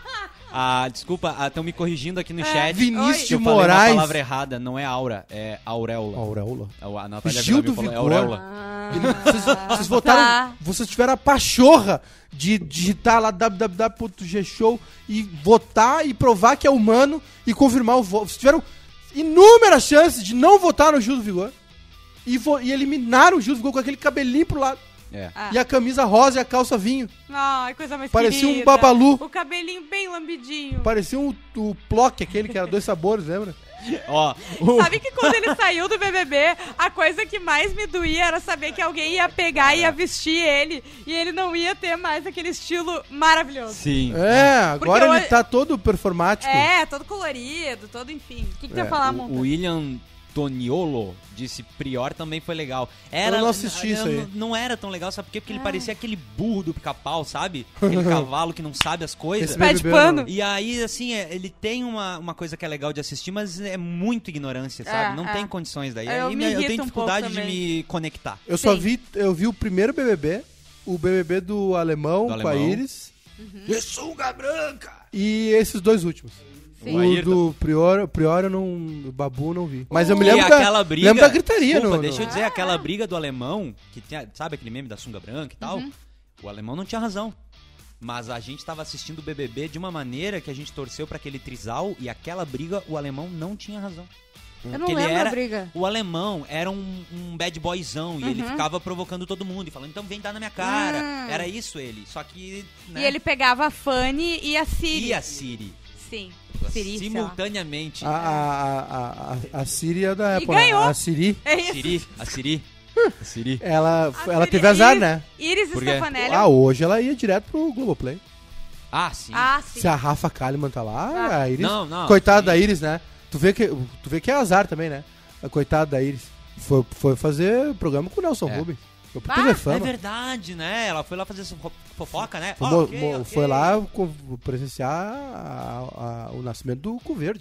Desculpa, estão me corrigindo aqui no chat. Vinícius que de eu falei uma Moraes. palavra errada, não é aura, é auréola. Auréola. A Natália Gil do falou, é Vigor. auréola. Vocês votaram. Vocês tiveram a pachorra de digitar lá www.gshow e votar e provar que é humano e confirmar o voto. Vocês tiveram inúmeras chances de não votar no Gil do Vigor e eliminaram o Gil do Vigor com aquele cabelinho pro lado. É. E a camisa rosa e a calça vinho. Ai, coisa mais Parecia querida. um Babalu. O cabelinho bem lambidinho. Parecia o Plock, aquele que era 2 sabores, lembra? Ó, Sabe que quando ele saiu do BBB, a coisa que mais me doía era saber que alguém ia pegar e ia vestir ele. E ele não ia ter mais aquele estilo maravilhoso. sim. É, agora Porque ele tá todo performático. É, todo colorido, todo enfim. O que tu ia falar, Monta? O William Toniolo disse Prior também foi legal. Eu não assisti isso aí. Não era tão legal, sabe por quê? Porque ele parecia aquele burro do Pica-Pau, sabe? Aquele cavalo que não sabe as coisas. Esse Pé de BBB pano. não. E aí, assim, ele tem uma coisa que é legal de assistir, mas é muito ignorância, sabe? Não tem condições daí. Eu Aí me eu irrito tenho um dificuldade pouco de também. me conectar. Eu vi o primeiro BBB, o BBB do Alemão Do com a Alemão. Iris. E sunga branca! E esses 2 últimos. Sim. O Ayrton. do Prior eu não. O Babu eu não vi. Mas eu me E lembro aquela briga. lembro da gritaria. Desculpa, no, deixa eu no... dizer, aquela briga do alemão, que tinha, sabe aquele meme da sunga branca e tal? O alemão não tinha razão. Mas a gente tava assistindo o BBB de uma maneira que a gente torceu pra aquele trisal e aquela briga o alemão não tinha razão. Eu não Porque ele lembro era, a briga. O alemão era um bad boyzão e ele ficava provocando todo mundo e falando, então vem dar na minha cara. Era isso ele. Só que. Né, E ele pegava a Fanny e a Siri. e a Siri. Sim. Siri, sei lá. Simultaneamente. A Siri é da E Apple. né? ganhou. A Siri, É isso. A Siri. A Siri. ela Siri- teve azar, Iris- né? Iris Por quê? Stefanelli. Hoje ela ia direto pro Globoplay. Ah, sim. Ah, sim. Se a Rafa Kalimann tá lá, a Iris. Não, Coitada sim. da Iris, né? Tu vê que é azar também, né? A coitada da Iris. Foi fazer programa com o Nelson Rubens. Foi pro TV É Fama. verdade, né? Ela foi lá fazer essa fofoca, né? Foi, Ok. foi lá presenciar o nascimento do Cu Verde.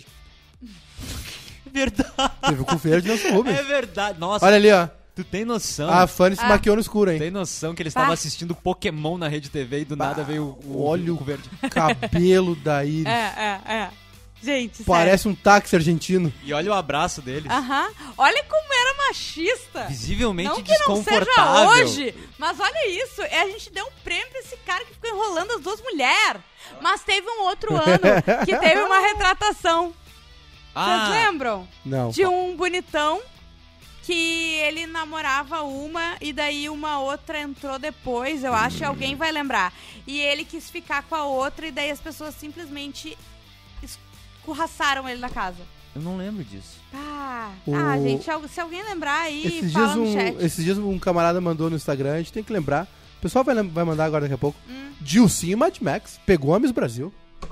Verdade. Teve o Cu Verde e o Nelson Rubens. É verdade. Nossa, Olha ali, ó. tu tem noção. A Fanny se maquiou no escuro, hein? Tem noção que eles estavam assistindo Pokémon na Rede TV e do nada veio olha o verde. cabelo da Iris. É. Gente, Parece um táxi argentino. E olha o abraço deles. sério. Aham. Olha como era machista. Visivelmente Não que não seja desconfortável. hoje, mas olha isso. A gente deu um prêmio pra esse cara que ficou enrolando as 2 mulheres. Mas teve um outro ano que teve uma retratação. Vocês lembram? Não. De um bonitão que ele namorava uma e daí uma outra entrou depois, eu acho, e alguém vai lembrar. E ele quis ficar com a outra e daí as pessoas simplesmente escorraçaram ele na casa. Eu não lembro disso. Gente, se alguém lembrar aí, Esses fala dias, no chat. esses dias um camarada mandou no Instagram, a gente tem que lembrar. O pessoal vai mandar agora daqui a pouco. Dilcinho e Mad Max pegou a Miss Brasil.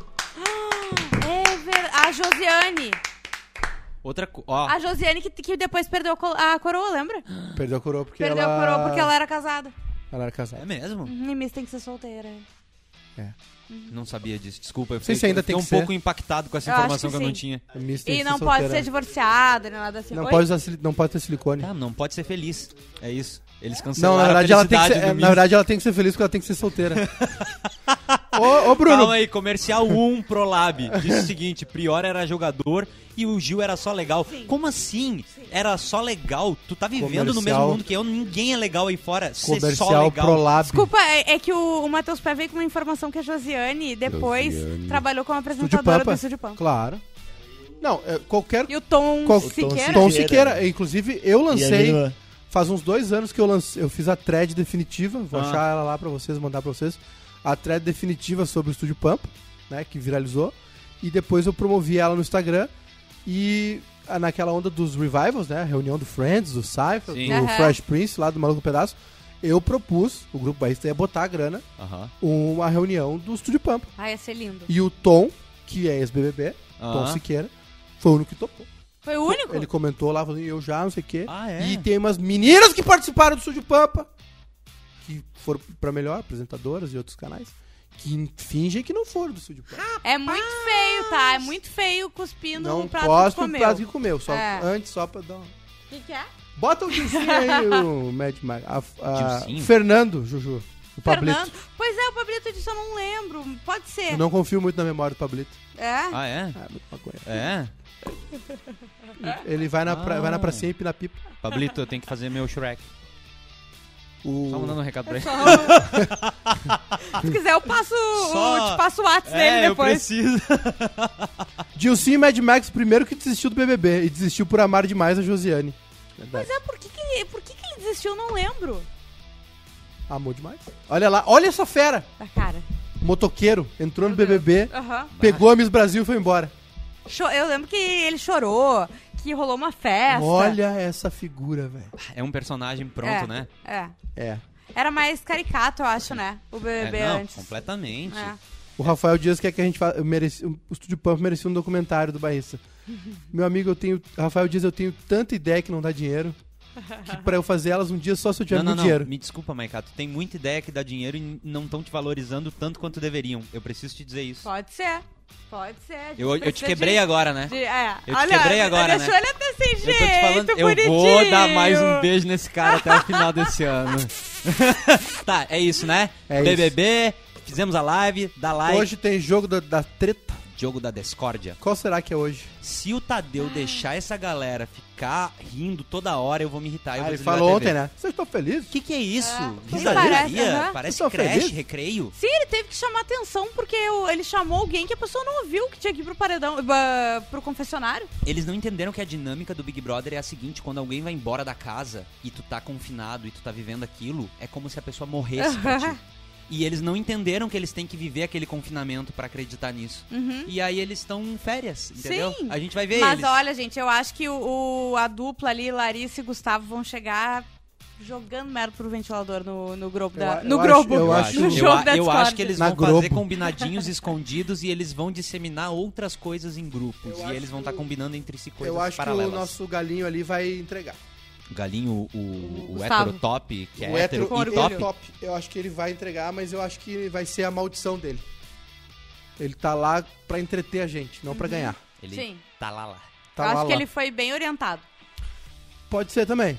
A Josiane. Outra ó. A Josiane que depois perdeu a coroa, lembra? Perdeu a coroa porque Perdeu a coroa porque ela era casada. Ela era casada. É mesmo? E Miss tem que ser solteira. Não sabia disso. Desculpa, eu sei se fiquei, ainda eu fiquei tem um que ser. pouco impactado com essa Eu acho informação que que eu não sim. tinha. A Miss tem E que não ser pode solteira. ser divorciada, nem nada assim. Não Oi? pode ter silicone. Tá, não pode ser feliz. É isso. Eles Não, cancelaram na verdade, ela tem que felicidade ser, do na verdade ela tem que ser feliz porque ela tem que ser solteira. Ô, Bruno. Calma aí, comercial 1 Prolab. Diz o seguinte, Prior era jogador e o Gil era só legal. Como assim? Era só legal? Tu tá vivendo no mesmo mundo que eu, ninguém é legal aí fora. Ser só Comercial legal. Prolab. Desculpa, é que o Matheus Pé veio com uma informação que a Josiane depois trabalhou como apresentadora do Estúdio Pampa. Claro. Não, qualquer... E o Tom Tom Siqueira? Tom Siqueira. Inclusive, eu E a lancei... minha- Faz uns 2 anos que eu fiz a thread definitiva. Vou achar ela lá pra vocês, mandar pra vocês. A thread definitiva sobre o Estúdio Pampa, né? Que viralizou. E depois eu promovi ela no Instagram. E naquela onda dos revivals, né? A reunião do Friends, do Cypher, Sim. do Aham. Fresh Prince, lá do Maluco Pedaço. Eu propus, o Grupo Barrista ia botar a grana, Aham. uma reunião do Estúdio Pampa. Ai, ia ser lindo. E o Tom, que é ex-BBB, Tom Siqueira, foi o único que topou. Foi o único? Ele comentou lá, falando, eu já, não sei o quê. Ah, é? E tem umas meninas que participaram do Estúdio Pampa, que foram pra melhor, apresentadoras e outros canais, que fingem que não foram do Estúdio Pampa. É muito feio, tá? É muito feio cuspindo Não no prato cospe que o comeu. prato que comeu, só É. antes, só pra dar uma... O que é? Bota o Dilcinho aí, o Mad Max. Dilcinho? Fernando, Juju. O Pablito. Fernando. Pois é, o Pablito disse, eu não lembro. Pode ser. Eu não confio muito na memória do Pablito. É? Ah, é? Ah, muito maconha. É? Ele vai vai na pracinha e pina pipa. Pablito, eu tenho que fazer meu Shrek. Só mandando um recado pra ele. Se quiser, eu passo te passo o WhatsApp dele eu depois. preciso. Dilcinho e Mad Max, primeiro que desistiu do BBB. E desistiu por amar demais a Josiane. Mas por que ele desistiu? Eu não lembro. Amou demais. Olha lá, olha essa fera. Da cara. Motoqueiro, entrou no BBB, Aham. pegou a Miss Brasil e foi embora. Eu lembro que ele chorou, que rolou uma festa. Olha essa figura, velho. É um personagem pronto, né? É. Era mais caricato, eu acho, né? O BBB Não, antes. completamente. É. O Rafael Dias quer que a gente faça. O Estúdio Pump merecia um documentário do Barrista. Meu amigo, Rafael Dias, eu tenho tanta ideia que não dá dinheiro. Que pra eu fazer elas um dia só se eu tiver muito dinheiro. Me desculpa, Maicato. Tem muita ideia que dá dinheiro e não estão te valorizando tanto quanto deveriam. Eu preciso te dizer isso. Pode ser. Eu te quebrei agora, né? Eu te Olha, quebrei agora, deixou né? ele até sem jeito, Eu tô te falando, eu bonitinho. vou dar mais um beijo nesse cara até o final desse ano. Tá, é isso, né? É BBB, fizemos a live, dá like. Hoje tem jogo da treta. Jogo da discórdia. Qual será que é hoje? Se o Tadeu deixar essa galera ficar rindo toda hora, eu vou me irritar. Ele falou ontem, né? Vocês estão felizes? O que é isso? Parece, Parece Vocês creche, felizes? recreio. Sim, ele teve que chamar atenção porque ele chamou alguém que a pessoa não ouviu que tinha que ir pro paredão, pro confessionário. Eles não entenderam que a dinâmica do Big Brother é a seguinte: quando alguém vai embora da casa e tu tá confinado e tu tá vivendo aquilo, é como se a pessoa morresse pra ti. E eles não entenderam que eles têm que viver aquele confinamento pra acreditar nisso. E aí eles estão em férias, entendeu? Sim. A gente vai ver Mas eles. olha, gente, eu acho que a dupla ali, Larissa e Gustavo, vão chegar jogando merda pro ventilador no grupo no jogo da Eu Discord. acho que eles Na vão Globo. fazer combinadinhos escondidos e eles vão disseminar outras coisas em grupos. E eles vão estar combinando entre si coisas Eu acho paralelas. que o nosso galinho ali vai entregar. O Galinho, o Gustavo. hétero top, que é O hétero com e orgulho. top. Eu acho que ele vai entregar, mas eu acho que vai ser a maldição dele. Ele tá lá pra entreter a gente, não pra ganhar. Ele Sim. tá lá. Tá eu acho lá, que lá. ele foi bem orientado. Pode ser também.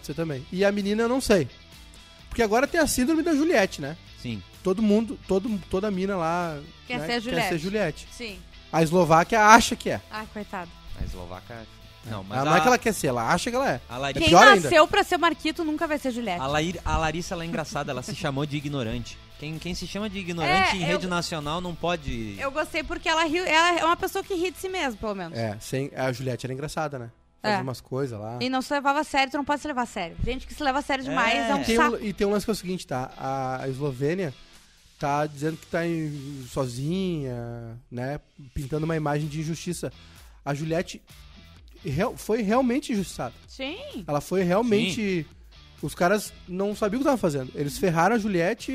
E a menina eu não sei. Porque agora tem a síndrome da Juliette, né? Sim. Todo mundo, toda mina lá Quer né, ser a Juliette. Quer ser Juliette. Sim. A Eslováquia acha que é. Ai, coitado. A Eslovaca... Não, mas Ela não é que ela quer ser, ela acha que ela é. a Larissa, Quem pior ainda. nasceu pra ser Marquito nunca vai ser Juliette. a Larissa, ela é engraçada, ela se chamou de ignorante. Quem se chama de ignorante em rede nacional não pode... Eu gostei porque ela riu, ela é uma pessoa que ri de si mesma, pelo menos. A Juliette era engraçada, né? Fazia umas coisas lá. E não se levava a sério, tu não pode se levar a sério. Gente que se leva a sério demais é um Tem saco. e tem um lance que é o seguinte, tá? A Eslovênia tá dizendo que tá sozinha, né? Pintando uma imagem de injustiça. A Juliette foi realmente injustiçada. Sim. Ela foi realmente... Os caras não sabiam o que estavam fazendo. Eles ferraram a Juliette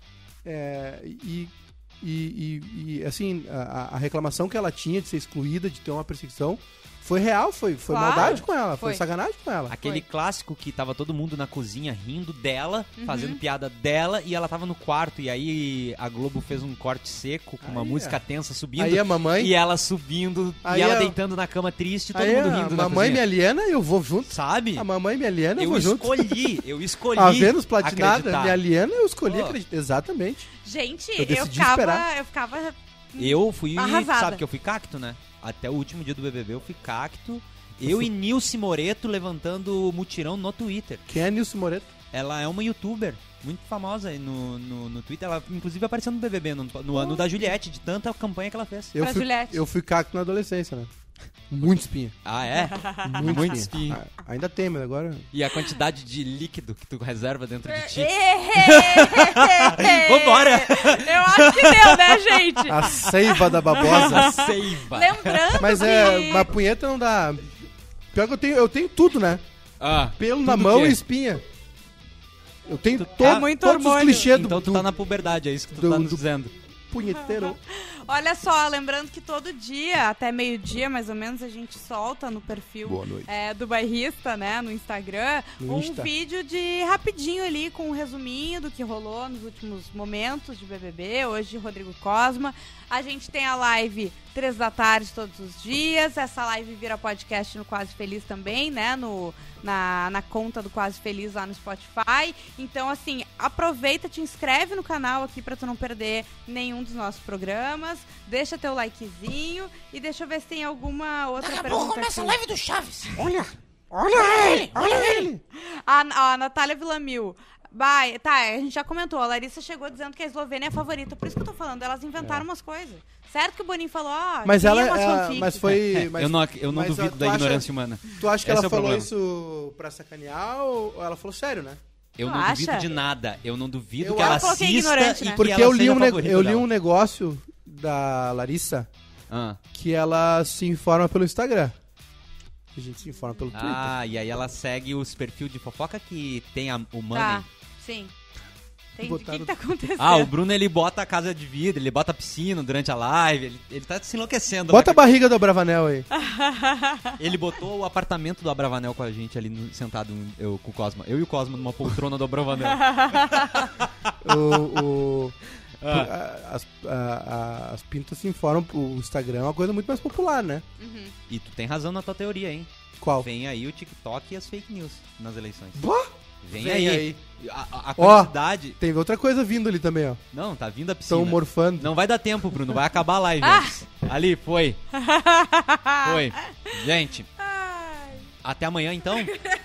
assim, a reclamação que ela tinha de ser excluída, de ter uma perseguição, foi real, foi Claro. maldade com ela, foi Foi. sacanagem com ela. Aquele clássico que tava todo mundo na cozinha rindo dela, fazendo piada dela, e ela tava no quarto, e aí a Globo fez um corte seco com uma música tensa subindo. Aí a mamãe... E ela subindo, Aí e ela a- deitando na cama triste, e todo Aí mundo a rindo na mamãe me cozinha. aliena, eu vou junto. Sabe? A mamãe me aliena, eu vou junto. Eu escolhi A Vênus platinada acreditar. me aliena, eu escolhi Pô. acreditar. Exatamente. Gente, Eu eu decidi esperar. ficava... Eu fui, Arrasada. sabe que eu fui cacto, né? Até o último dia do BBB eu fui cacto. Eu e Nilce Moreto levantando mutirão no Twitter. Quem é Nilson Moreto? Ela é uma youtuber muito famosa aí no Twitter. Ela, inclusive, apareceu no BBB, no ano da Juliette, de tanta campanha que ela fez. Juliette. Eu fui cacto na adolescência, né? Muito espinha. Ah, é? Muito espinha. Ainda tem, mas agora... E a quantidade de líquido que tu reserva dentro de ti. Vambora! Eu acho que deu, né, gente? A seiva da babosa. Seiva. Lembrando Mas que... uma punheta não dá... Pior que eu tenho tudo, né? Ah, Pelo na tudo mão quê? e espinha. Eu tenho muito todos os hormônio. clichês Então tu tá na puberdade, é isso que tu do- tá nos do- dizendo. punheteiro. Olha só, lembrando que todo dia, até meio-dia mais ou menos, a gente solta no perfil Boa noite. do Bairrista, né, no Instagram, No Insta. um vídeo de rapidinho ali, com um resuminho do que rolou nos últimos momentos de BBB, hoje Rodrigo Cosma. A gente tem a live 3 da tarde todos os dias. Essa live vira podcast no Quase Feliz também, né? Na conta do Quase Feliz lá no Spotify. Então, assim, aproveita, te inscreve no canal aqui pra tu não perder nenhum dos nossos programas. Deixa teu likezinho e deixa eu ver se tem alguma outra Daqui a pouco pergunta começa a aqui. live do Chaves. Olha ele. A Natália Villamil. A gente já comentou, a Larissa chegou dizendo que a Eslovênia é a favorita, por isso que eu tô falando, elas inventaram umas coisas. Certo que o Boninho falou, mas tinha ela umas fanfics. mas foi mas, Eu não duvido da ignorância humana. Tu acha que Esse ela é o falou problema. isso pra sacanear ou ela falou sério, né? Eu Tu não duvido acha? de nada. Eu não duvido Eu que ela acho que é assista ignorante, né? e Porque que ela eu li, seja um, a favorita eu li dela. um negócio da Larissa que ela se informa pelo Instagram. A gente se informa pelo Twitter. E aí ela segue os perfis de fofoca que tem o Money. Tá, sim. O que tá acontecendo? O Bruno, ele bota a casa de vidro, ele bota a piscina durante a live, ele tá se enlouquecendo. Bota a barriga do Abravanel aí. Ele botou o apartamento do Abravanel com a gente ali sentado, com o Cosma. Eu e o Cosma numa poltrona do Abravanel. As pintas se informam, o Instagram é uma coisa muito mais popular, né? Uhum. E tu tem razão na tua teoria, hein? Qual? Vem aí o TikTok e as fake news nas eleições. Vem aí. aí. A quantidade... Tem outra coisa vindo ali também, ó. Não, tá vindo a piscina. Estão morfando. Não vai dar tempo, Bruno. Vai acabar a live antes. Ali, foi. Foi. Gente, até amanhã, então.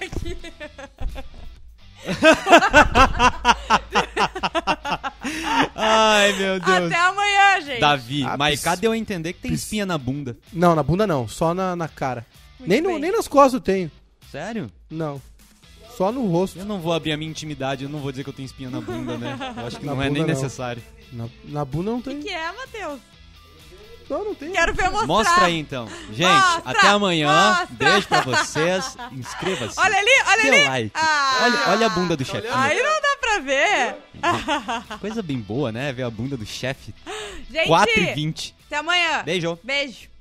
Ai, meu Deus. Até amanhã, gente. Davi, Maiká deu a entender que tem espinha na bunda. Não, na bunda não. Só na cara. Muito Nem nas costas eu tenho. Sério? Não. Só no rosto. Eu não vou abrir a minha intimidade, eu não vou dizer que eu tenho espinha na bunda, né? Eu acho que Na não é nem bunda, não. necessário. Na bunda não tem. O que é, Matheus? Não tem. Quero ver mostrar. Mostra aí, então. Gente, Mostra, até amanhã. mostra. Beijo pra vocês. Inscreva-se. Olha ali, olha Dê ali. like. Ah. Olha a bunda do chefinho. Aí não dá pra ver. Coisa bem boa, né? Ver a bunda do chefe. Gente, 4h20. até amanhã. Beijo. Beijo.